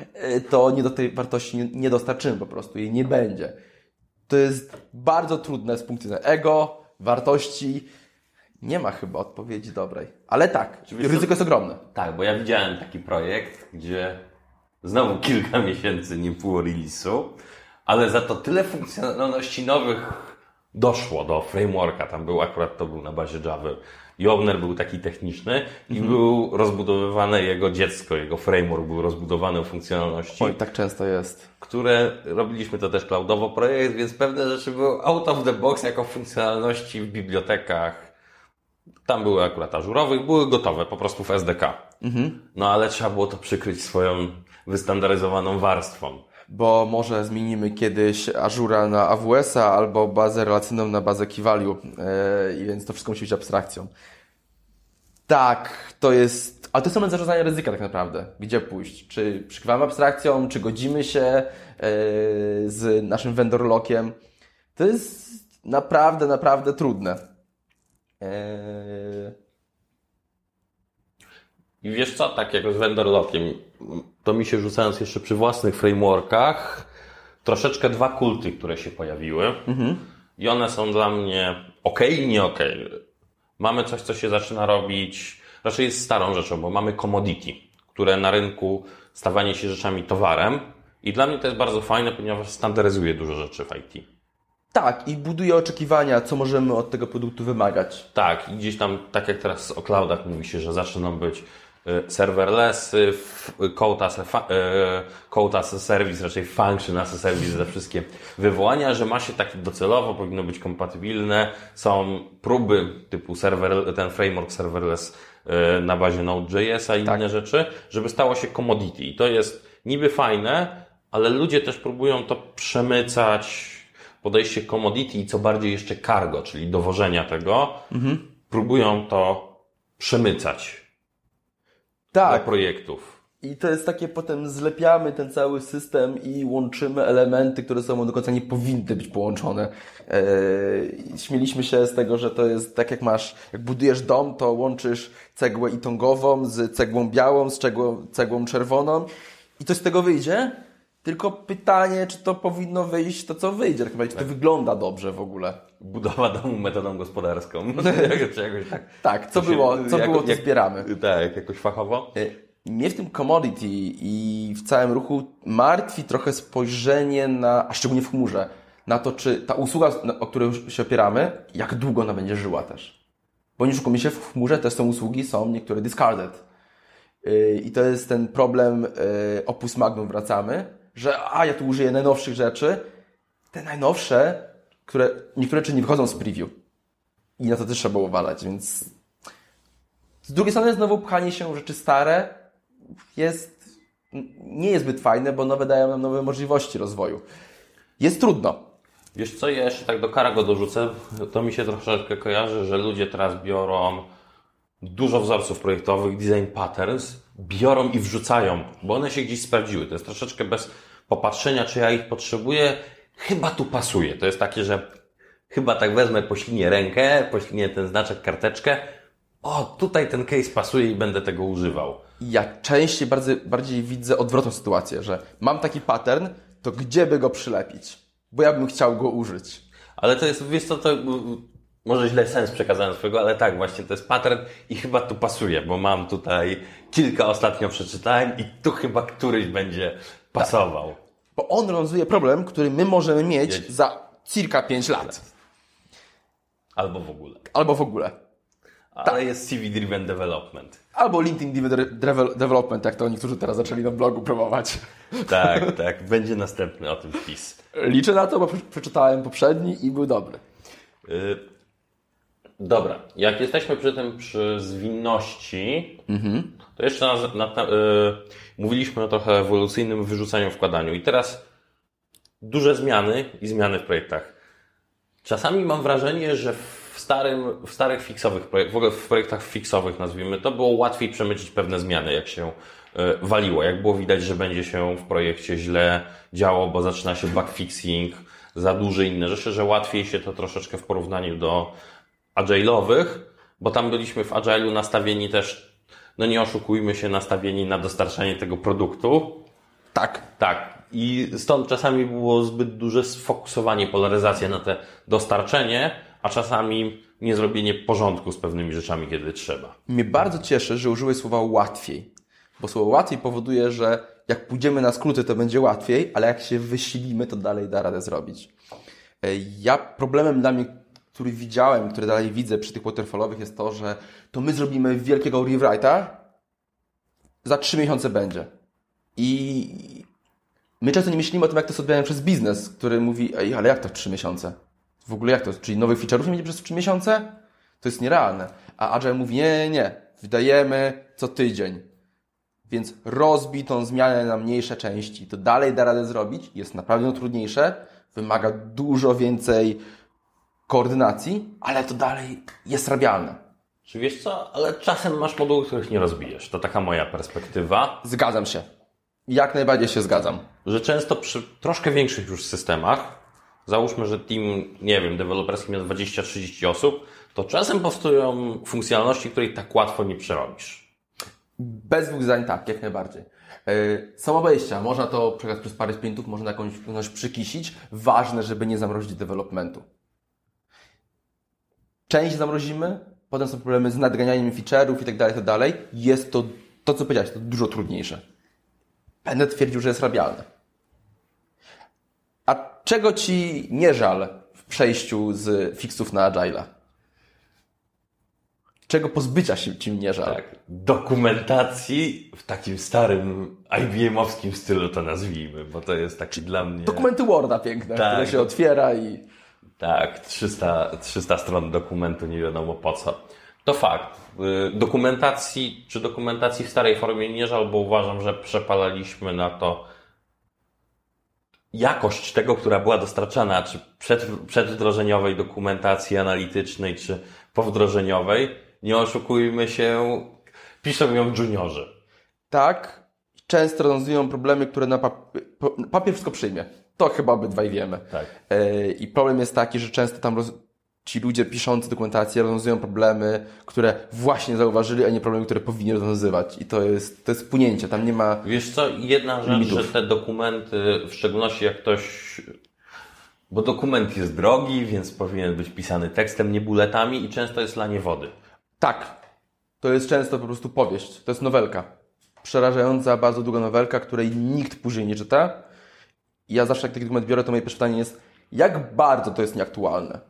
to nie do tej wartości nie dostarczymy po prostu, jej nie będzie. To jest bardzo trudne z punktu widzenia ego, wartości. Nie ma chyba odpowiedzi dobrej. Ale tak, ryzyko jest ogromne. Tak, bo ja widziałem taki projekt, gdzie znowu kilka miesięcy nie było release'u, ale za to tyle funkcjonalności nowych doszło do frameworka. Tam był akurat, to był na bazie Java. I owner był taki techniczny i mhm. był rozbudowywane jego dziecko, jego framework był rozbudowany o funkcjonalności. Oj, tak często jest. Które, robiliśmy to też cloudowo projekt, więc pewne rzeczy były out of the box jako funkcjonalności w bibliotekach. Tam były akurat ażurowych, były gotowe po prostu w S D K. Mhm. No ale trzeba było to przykryć swoją wystandaryzowaną warstwą. Bo może zmienimy kiedyś Azura na A W S-a albo bazę relacyjną na bazę key value, yy, więc to wszystko musi być abstrakcją. Tak, to jest, ale to jest moment zarządzania ryzyka tak naprawdę. Gdzie pójść? Czy przykrywamy abstrakcją, czy godzimy się yy, z naszym vendor lockiem? To jest naprawdę, naprawdę trudne. Yy... I wiesz co, tak jak z vendor lockiem, to mi się rzucając jeszcze przy własnych frameworkach, troszeczkę dwa kulty, które się pojawiły. Mhm. I one są dla mnie okej i nie okej. Mamy coś, co się zaczyna robić, raczej jest starą rzeczą, bo mamy commodity, które na rynku stawanie się rzeczami towarem i dla mnie to jest bardzo fajne, ponieważ standaryzuje dużo rzeczy w I T. Tak, i buduje oczekiwania, co możemy od tego produktu wymagać. Tak, i gdzieś tam, tak jak teraz o cloudach mówi się, że zaczną być serverless, code as, a, code as a service, raczej function as a service za wszystkie wywołania, że ma się tak docelowo, powinno być kompatybilne. Są próby typu server, ten framework serverless na bazie Node.js a i tak. inne rzeczy, żeby stało się commodity. I to jest niby fajne, ale ludzie też próbują to przemycać, podejście commodity i co bardziej jeszcze cargo, czyli dowożenia tego, mhm. próbują to przemycać. Tak. Dla projektów. I to jest takie, potem zlepiamy ten cały system i łączymy elementy, które są do końca nie powinny być połączone. Eee, śmieliśmy się z tego, że to jest tak jak masz, jak budujesz dom, to łączysz cegłę itongową z cegłą białą, z cegłą, cegłą czerwoną i coś z tego wyjdzie. Tylko pytanie, czy to powinno wyjść, to co wyjdzie, tak naprawdę, czy to wygląda dobrze w ogóle. Budowa domu metodą gospodarską. jakoś tak. Tak, co było, co jako, było, to jak, zbieramy. Tak, jakoś fachowo. Mnie w tym commodity i w całym ruchu martwi trochę spojrzenie na, a szczególnie w chmurze, na to, czy ta usługa, o której się opieramy, jak długo ona będzie żyła też. Bo nie szukamy się, w chmurze też są usługi, są niektóre discarded. I to jest ten problem opus magnum, wracamy, że a ja tu użyję najnowszych rzeczy, te najnowsze, które niektóre rzeczy nie wychodzą z preview. I na to też trzeba uważać, więc z drugiej strony znowu pchanie się rzeczy stare jest, nie jest zbyt fajne, bo nowe dają nam nowe możliwości rozwoju. Jest trudno. Wiesz co, ja jeszcze tak do Cargo dorzucę, to mi się troszeczkę kojarzy, że ludzie teraz biorą dużo wzorców projektowych, design patterns, biorą i wrzucają, bo one się gdzieś sprawdziły. To jest troszeczkę bez popatrzenia, czy ja ich potrzebuję. Chyba tu pasuje. To jest takie, że chyba tak wezmę, poślinię rękę, poślinię ten znaczek, karteczkę. O, tutaj ten case pasuje i będę tego używał. Ja częściej bardzo, bardziej widzę odwrotną sytuację, że mam taki pattern, to gdzie by go przylepić? Bo ja bym chciał go użyć. Ale to jest, wiesz co, to może źle sens przekazałem swojego, ale tak, właśnie to jest pattern i chyba tu pasuje, bo mam tutaj kilka ostatnio przeczytałem i tu chyba któryś będzie pasował. Tak. Bo on rozwiązuje problem, który my możemy mieć Jedź. za circa pięć lat. Albo w ogóle. Albo w ogóle. Ale tak. Jest C V Driven Development. Albo LinkedIn Development, jak to niektórzy teraz zaczęli na blogu promować. Tak, tak. Będzie następny o tym wpis. Liczę na to, bo przeczytałem poprzedni i był dobry. Yy, dobra. Jak jesteśmy przy tym, przy zwinności, mhm. to jeszcze na, na, na, yy, mówiliśmy o trochę ewolucyjnym wyrzucaniu, wkładaniu. I teraz duże zmiany i zmiany w projektach. Czasami mam wrażenie, że w, starym, w starych fiksowych projektach, w ogóle w projektach fiksowych nazwijmy to, było łatwiej przemycić pewne zmiany, jak się y, waliło. Jak było widać, że będzie się w projekcie źle działo, bo zaczyna się bugfixing, za duże inne rzeczy, że łatwiej się to troszeczkę w porównaniu do agile'owych, bo tam byliśmy w agile'u nastawieni też, no nie oszukujmy się, nastawieni na dostarczanie tego produktu. Tak. Tak. I stąd czasami było zbyt duże sfokusowanie, polaryzacja na te dostarczenie, a czasami nie zrobienie porządku z pewnymi rzeczami, kiedy trzeba. Mnie bardzo cieszy, że użyłeś słowa łatwiej, bo słowo łatwiej powoduje, że jak pójdziemy na skróty, to będzie łatwiej, ale jak się wysilimy, to dalej da radę zrobić. Ja problemem dla mnie, który widziałem, który dalej widzę przy tych waterfallowych jest to, że to my zrobimy wielkiego rewrite'a, za trzy miesiące będzie. I my często nie myślimy o tym, jak to jest odbierane przez biznes, który mówi, ej, ale jak to w trzy miesiące? W ogóle jak to? Czyli nowych feature'ów nie będzie przez trzy miesiące? To jest nierealne. A Agile mówi, nie, nie, nie. Wydajemy co tydzień. Więc rozbij tą zmianę na mniejsze części. To dalej da radę zrobić. Jest naprawdę trudniejsze. Wymaga dużo więcej koordynacji, ale to dalej jest rabialne. Czy wiesz co? Ale czasem masz moduły, których nie rozbijesz. To taka moja perspektywa. Zgadzam się. Jak najbardziej się zgadzam. Że często przy troszkę większych już systemach, załóżmy, że team, nie wiem, deweloperski miał dwadzieścia trzydzieści osób, to czasem powstają funkcjonalności, której tak łatwo nie przerobisz. Bez dwóch zdań tak, jak najbardziej. Są obejścia. Można to przekazać przez parę sprintów, można jakąś funkcjonalność przykisić. Ważne, żeby nie zamrozić developmentu. Część zamrozimy, potem są problemy z nadganianiem feature'ów i tak dalej, i tak dalej. Jest to, to co powiedziałeś, to dużo trudniejsze. Będę twierdził, że jest rabialne. A czego ci nie żal w przejściu z fixów na Agile'a? Czego pozbycia się ci nie żal? Tak, dokumentacji w takim starym I B M-owskim stylu to nazwijmy, bo to jest taki dla mnie... Dokumenty Worda piękne, tak, które się otwiera i... Tak, trzysta, trzysta stron dokumentu, nie wiadomo po co. To fakt. Dokumentacji, czy dokumentacji w starej formie nie żal, bo uważam, że przepalaliśmy na to jakość tego, która była dostarczana, czy przed, przedwdrożeniowej dokumentacji analitycznej, czy powdrożeniowej. Nie oszukujmy się, piszą ją juniorzy. Tak, często rozwiązują problemy, które na papier, papier wszystko przyjmie. To chyba obydwaj wiemy. Tak. I problem jest taki, że często tam roz... ci ludzie piszący dokumentację rozwiązują problemy, które właśnie zauważyli, a nie problemy, które powinni rozwiązywać. I to jest, to jest płynięcie. Tam nie ma... Wiesz co, jedna rzecz, limitów. Że te dokumenty, w szczególności jak ktoś... Bo dokument jest drogi, więc powinien być pisany tekstem, nie buletami i często jest lanie wody. Tak. To jest często po prostu powieść. To jest nowelka. Przerażająca, bardzo długa nowelka, której nikt później nie czyta. I ja zawsze jak taki dokument biorę, to moje pierwsze pytanie jest, jak bardzo to jest nieaktualne?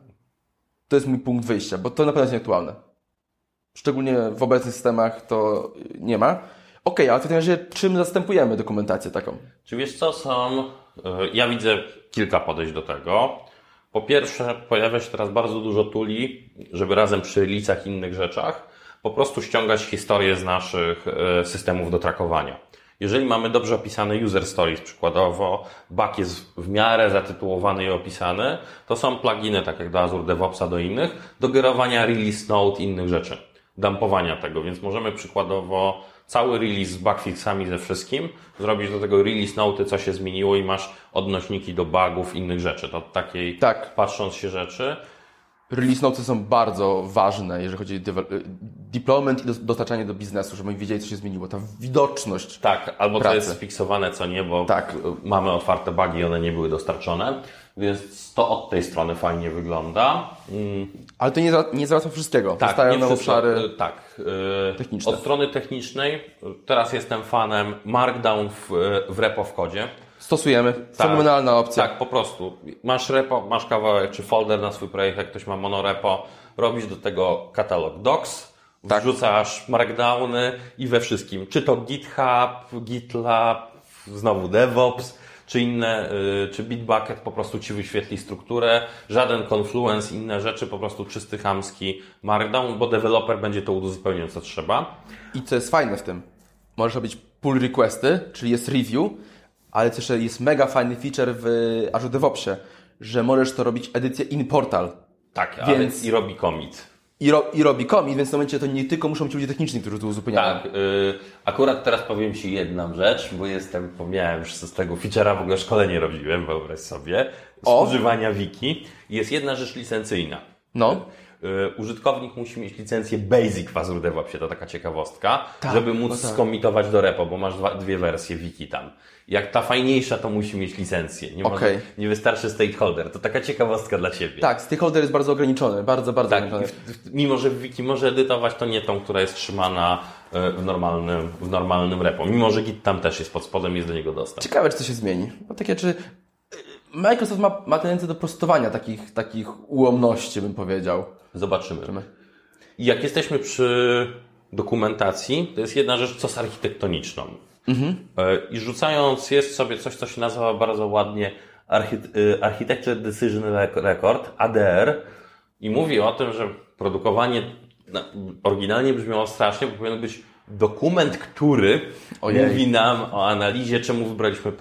To jest mój punkt wyjścia, bo to na pewno jest nieaktualne. Szczególnie w obecnych systemach to nie ma. Okej, okay, ale w takim razie czym zastępujemy dokumentację taką? Czy wiesz co, są... Ja widzę kilka podejść do tego. Po pierwsze, pojawia się teraz bardzo dużo tuli, żeby razem przy releasach i innych rzeczach po prostu ściągać historię z naszych systemów do trakowania. Jeżeli mamy dobrze opisane user stories, przykładowo bug jest w miarę zatytułowany i opisany, to są pluginy, tak jak do Azure DevOpsa, do innych, do generowania release note i innych rzeczy, dumpowania tego, więc możemy przykładowo cały release z bugfixami ze wszystkim, zrobić do tego release note, co się zmieniło i masz odnośniki do bugów, innych rzeczy. To takiej, tak. Patrząc się rzeczy. Release notes są bardzo ważne, jeżeli chodzi o deployment i dostarczanie do biznesu, żeby oni wiedzieli, co się zmieniło. Ta widoczność Tak, albo pracy. to jest sfiksowane, co nie, bo tak. mamy otwarte bugi i one nie były dostarczone, więc to od tej strony fajnie wygląda. Mm. Ale to nie, nie załatwia wszystkiego. Tak, Zostają nie na wszystko, obszary tak, techniczne. Od strony technicznej teraz jestem fanem Markdown w, w repo w kodzie. Stosujemy. Tak, fenomenalna opcja. Tak, po prostu. Masz repo, masz kawałek czy folder na swój projekt, jak ktoś ma monorepo, robisz do tego katalog docs, tak. Wrzucasz markdowny i we wszystkim. Czy to GitHub, GitLab, znowu DevOps, czy inne, czy Bitbucket po prostu Ci wyświetli strukturę, żaden Confluence, inne rzeczy, po prostu czysty chamski markdown, bo deweloper będzie to uzupełniał, co trzeba. I co jest fajne w tym, możesz robić pull requesty, czyli jest review, ale też jest mega fajny feature w Azure DevOpsie, że możesz to robić edycję in portal. Tak, więc ale i robi commit. I, ro, I robi commit, więc w tym momencie to nie tylko muszą być ludzie techniczni, którzy to uzupełniają. Tak, yy, akurat teraz powiem Ci jedną rzecz, bo jestem, pomniałem już z tego feature'a, w ogóle szkolenie robiłem, wyobraź sobie, z o. używania wiki. Jest jedna rzecz licencyjna. No. Yy, użytkownik musi mieć licencję Basic w Azure DevOpsie, to taka ciekawostka, tak, żeby móc tak. skomitować do repo, bo masz dwa, dwie wersje wiki tam. Jak ta fajniejsza, to musi mieć licencję. Nie, okay. może, nie wystarczy stakeholder. To taka ciekawostka dla Ciebie. Tak, stakeholder jest bardzo ograniczony. Bardzo, bardzo tak, ograniczony. W, w, mimo, że w wiki może edytować, to nie tą, która jest trzymana w normalnym, w normalnym repo. Mimo, że Git tam też jest pod spodem, jest do niego dostęp. Ciekawe, czy to się zmieni. Bo takie, czy Microsoft ma, ma tendencję do prostowania takich, takich ułomności, bym powiedział. Zobaczymy. Zobaczymy. I jak jesteśmy przy dokumentacji, to jest jedna rzecz, co z architektoniczną. Mhm. I rzucając jest sobie coś, co się nazywa bardzo ładnie Architecture Decision Record, A D R, i mówi o tym, że produkowanie oryginalnie brzmiało strasznie, bo powinien być dokument, który Ojej. mówi nam o analizie, czemu wybraliśmy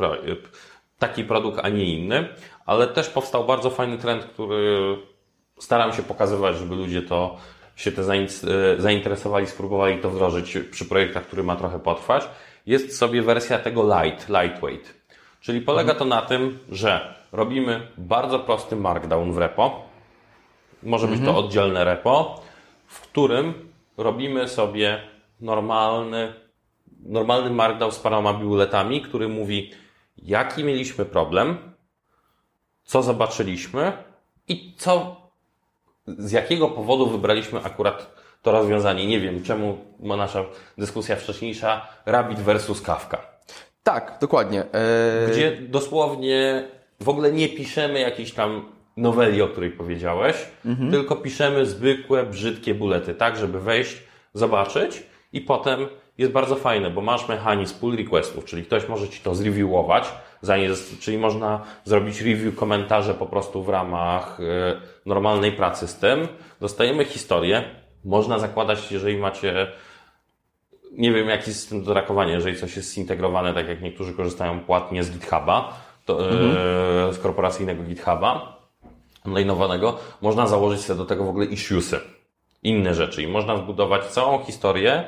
taki produkt, a nie inny, ale też powstał bardzo fajny trend, który staram się pokazywać, żeby ludzie to się te zainteresowali, spróbowali to wdrożyć przy projektach, który ma trochę potrwać. Jest sobie wersja tego light, lightweight. Czyli polega to na tym, że robimy bardzo prosty markdown w repo. Może być to oddzielne repo, w którym robimy sobie normalny, normalny markdown z paroma biuletami, który mówi, jaki mieliśmy problem, co zobaczyliśmy i co, z jakiego powodu wybraliśmy akurat to rozwiązanie. Nie wiem, czemu nasza dyskusja wcześniejsza, Rabbit versus Kafka. Tak, dokładnie. Yy... Gdzie dosłownie w ogóle nie piszemy jakiejś tam noweli, o której powiedziałeś, mhm. tylko piszemy zwykłe, brzydkie bulety, tak, żeby wejść, zobaczyć i potem jest bardzo fajne, bo masz mechanizm pull requestów, czyli ktoś może Ci to zreviewować, czyli można zrobić review, komentarze po prostu w ramach normalnej pracy z tym. Dostajemy historię, można zakładać, jeżeli macie, nie wiem jaki system do rakowania, jeżeli coś jest zintegrowane, tak jak niektórzy korzystają płatnie z GitHuba, to, mhm. z korporacyjnego GitHuba, online'owanego, można założyć sobie do tego w ogóle issuesy, inne rzeczy i można zbudować całą historię.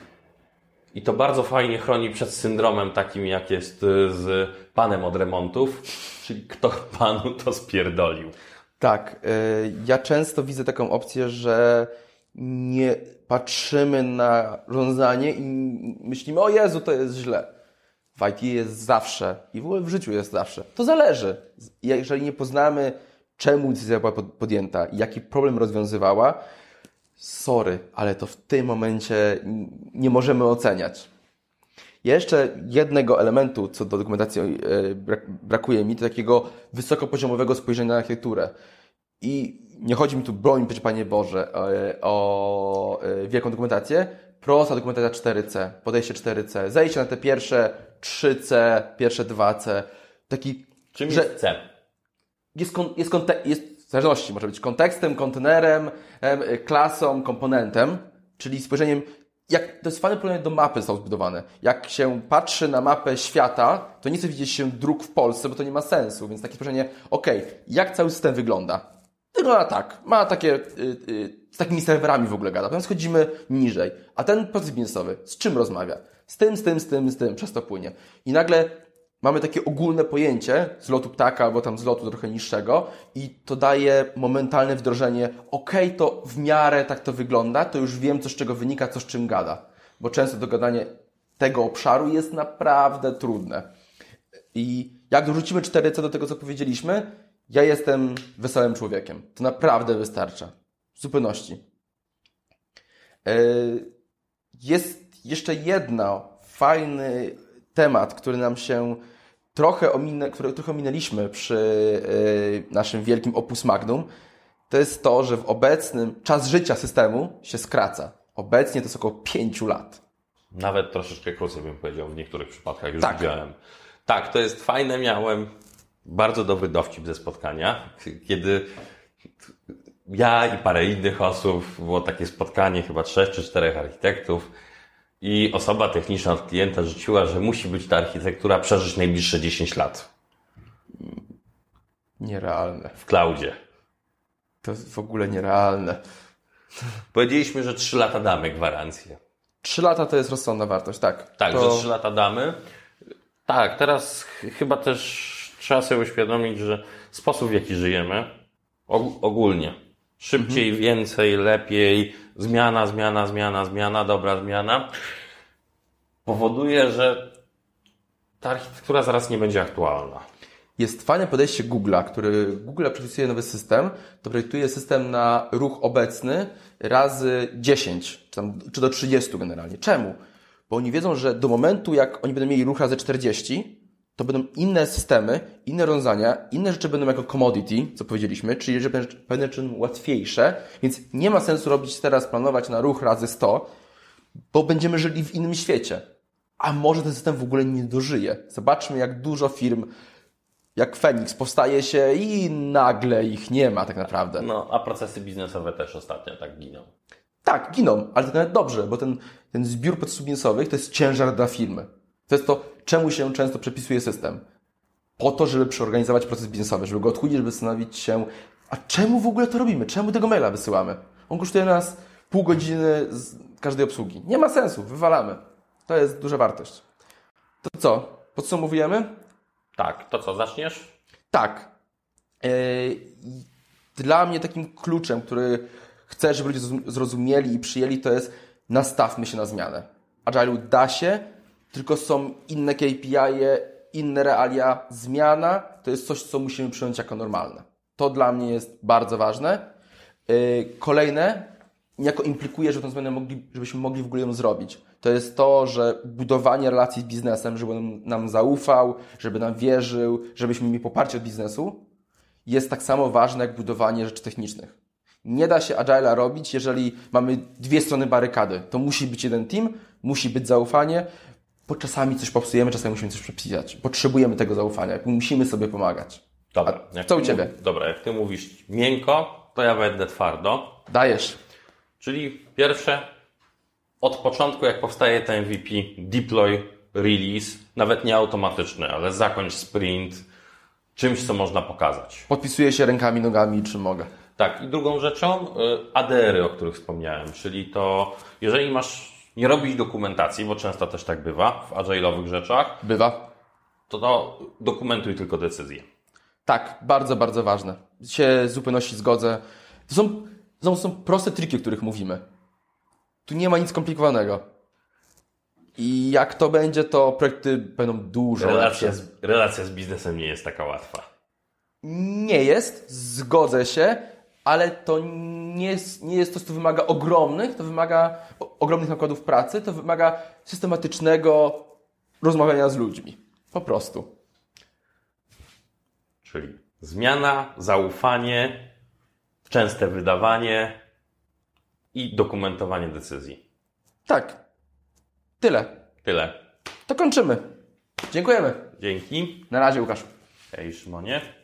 I to bardzo fajnie chroni przed syndromem takim, jak jest z panem od remontów, czyli kto panu to spierdolił. Tak, ja często widzę taką opcję, że nie patrzymy na rozwiązanie i myślimy, o Jezu, to jest źle. W I T jest zawsze i w ogóle w życiu jest zawsze. To zależy. Jeżeli nie poznamy, czemu decyzja była podjęta i jaki problem rozwiązywała, sorry, ale to w tym momencie nie możemy oceniać. Jeszcze jednego elementu, co do dokumentacji brakuje mi, to takiego wysokopoziomowego spojrzenia na architekturę. I nie chodzi mi tu, broń Panie Boże, o wielką dokumentację. Prosta dokumentacja cztery C, podejście cztery C, zejście na te pierwsze trzy C, pierwsze dwa C. Taki, czym że jest C? Jest, jest, jest w zależności, może być kontekstem, kontenerem, klasą, komponentem, czyli spojrzeniem, jak to jest fajne porównanie do mapy są zbudowane. Jak się patrzy na mapę świata, to nie chce widzieć się dróg w Polsce, bo to nie ma sensu, więc takie spojrzenie, okej, okay, jak cały system wygląda? Wygląda tak, ma takie, yy, yy, z takimi serwerami w ogóle gada, potem schodzimy niżej, a ten proces biznesowy z czym rozmawia? Z tym, z tym, z tym, z tym, przez to płynie. I nagle mamy takie ogólne pojęcie z lotu ptaka albo tam z lotu trochę niższego i to daje momentalne wdrożenie, okej, okay, to w miarę tak to wygląda, to już wiem, co z czego wynika, co z czym gada. Bo często dogadanie tego obszaru jest naprawdę trudne. I jak dorzucimy cztery C do tego, co powiedzieliśmy, ja jestem wesołym człowiekiem. To naprawdę wystarcza. W zupełności. Jest jeszcze jedna fajny temat, który nam się trochę ominę, który trochę ominęliśmy przy yy, naszym wielkim opus magnum, to jest to, że w obecnym czas życia systemu się skraca. Obecnie to jest około pięciu lat. Nawet troszeczkę krócej bym powiedział w niektórych przypadkach, już tak. widziałem. Tak, to jest fajne, miałem bardzo dobry dowcip ze spotkania, kiedy ja i parę innych osób, było takie spotkanie, chyba trzech czy czterech architektów, i osoba techniczna od klienta rzuciła, że musi być ta architektura przeżyć najbliższe dziesięć lat. Nierealne. W cloudzie. To jest w ogóle nierealne. Powiedzieliśmy, że trzy lata damy gwarancję. trzy lata to jest rozsądna wartość, tak. Tak, to... że trzy lata damy. Tak, teraz chyba też trzeba sobie uświadomić, że sposób, w jaki żyjemy, ogólnie, szybciej, mhm. więcej, lepiej, zmiana, zmiana, zmiana, zmiana, dobra zmiana, powoduje, że ta architektura zaraz nie będzie aktualna. Jest fajne podejście Google'a, który Google przepisuje nowy system, to projektuje system na ruch obecny razy dziesięć, czy, tam, czy do trzydziestu generalnie. Czemu? Bo oni wiedzą, że do momentu, jak oni będą mieli ruch razy czterdzieści, to będą inne systemy, inne rozwiązania, inne rzeczy będą jako commodity, co powiedzieliśmy, czyli że pewne rzeczy będą łatwiejsze, więc nie ma sensu robić teraz, planować na ruch razy sto, bo będziemy żyli w innym świecie. A może ten system w ogóle nie dożyje. Zobaczmy, jak dużo firm, jak Phoenix powstaje się i nagle ich nie ma tak naprawdę. No, a procesy biznesowe też ostatnio tak giną. Tak, giną, ale to nawet dobrze, bo ten, ten zbiór procesów biznesowych to jest ciężar dla firmy. To jest to, czemu się często przepisuje system. Po to, żeby przeorganizować proces biznesowy, żeby go odchudzić, żeby zastanowić się, a czemu w ogóle to robimy? Czemu tego maila wysyłamy? On kosztuje nas pół godziny z każdej obsługi. Nie ma sensu, wywalamy. To jest duża wartość. To co? Podsumowujemy? Tak, to co, zaczniesz? Tak. Dla mnie takim kluczem, który chcę, żeby ludzie zrozumieli i przyjęli, to jest nastawmy się na zmianę. Agile'u da się, tylko są inne K P I, inne realia. Zmiana to jest coś, co musimy przyjąć jako normalne. To dla mnie jest bardzo ważne. Kolejne, niejako implikuje, że tą zmianę mogli, żebyśmy mogli w ogóle ją zrobić. To jest to, że budowanie relacji z biznesem, żeby on nam zaufał, żeby nam wierzył, żebyśmy mieli poparcie od biznesu, jest tak samo ważne jak budowanie rzeczy technicznych. Nie da się Agile'a robić, jeżeli mamy dwie strony barykady. To musi być jeden team, musi być zaufanie, bo czasami coś popsujemy, czasami musimy coś przepisać. Potrzebujemy tego zaufania, musimy sobie pomagać. Dobra. A co u Ciebie? Mów, dobra, jak Ty mówisz miękko, to ja będę twardo. Dajesz. Czyli pierwsze, od początku jak powstaje ten M V P, deploy, release, nawet nie automatyczny, ale zakończ sprint, czymś, co można pokazać. Podpisuję się rękami, nogami, czym mogę. Tak, i drugą rzeczą A D R y, o których wspomniałem, czyli to, jeżeli masz, nie robić dokumentacji, bo często też tak bywa w agile'owych rzeczach, Bywa. to, to dokumentuj tylko decyzje. Tak, bardzo, bardzo ważne. Się w zupełności zgodzę. To są, to są proste triki, o których mówimy. Tu nie ma nic skomplikowanego. I jak to będzie, to projekty będą dużo Relacja lepsze. z, relacja z biznesem nie jest taka łatwa. Nie jest, zgodzę się, ale to nie jest, nie jest to, co wymaga ogromnych, to wymaga o- ogromnych nakładów pracy, to wymaga systematycznego rozmawiania z ludźmi. Po prostu. Czyli zmiana, zaufanie, częste wydawanie i dokumentowanie decyzji. Tak. Tyle. Tyle. To kończymy. Dziękujemy. Dzięki. Na razie, Łukasz. Hej, Szymonie.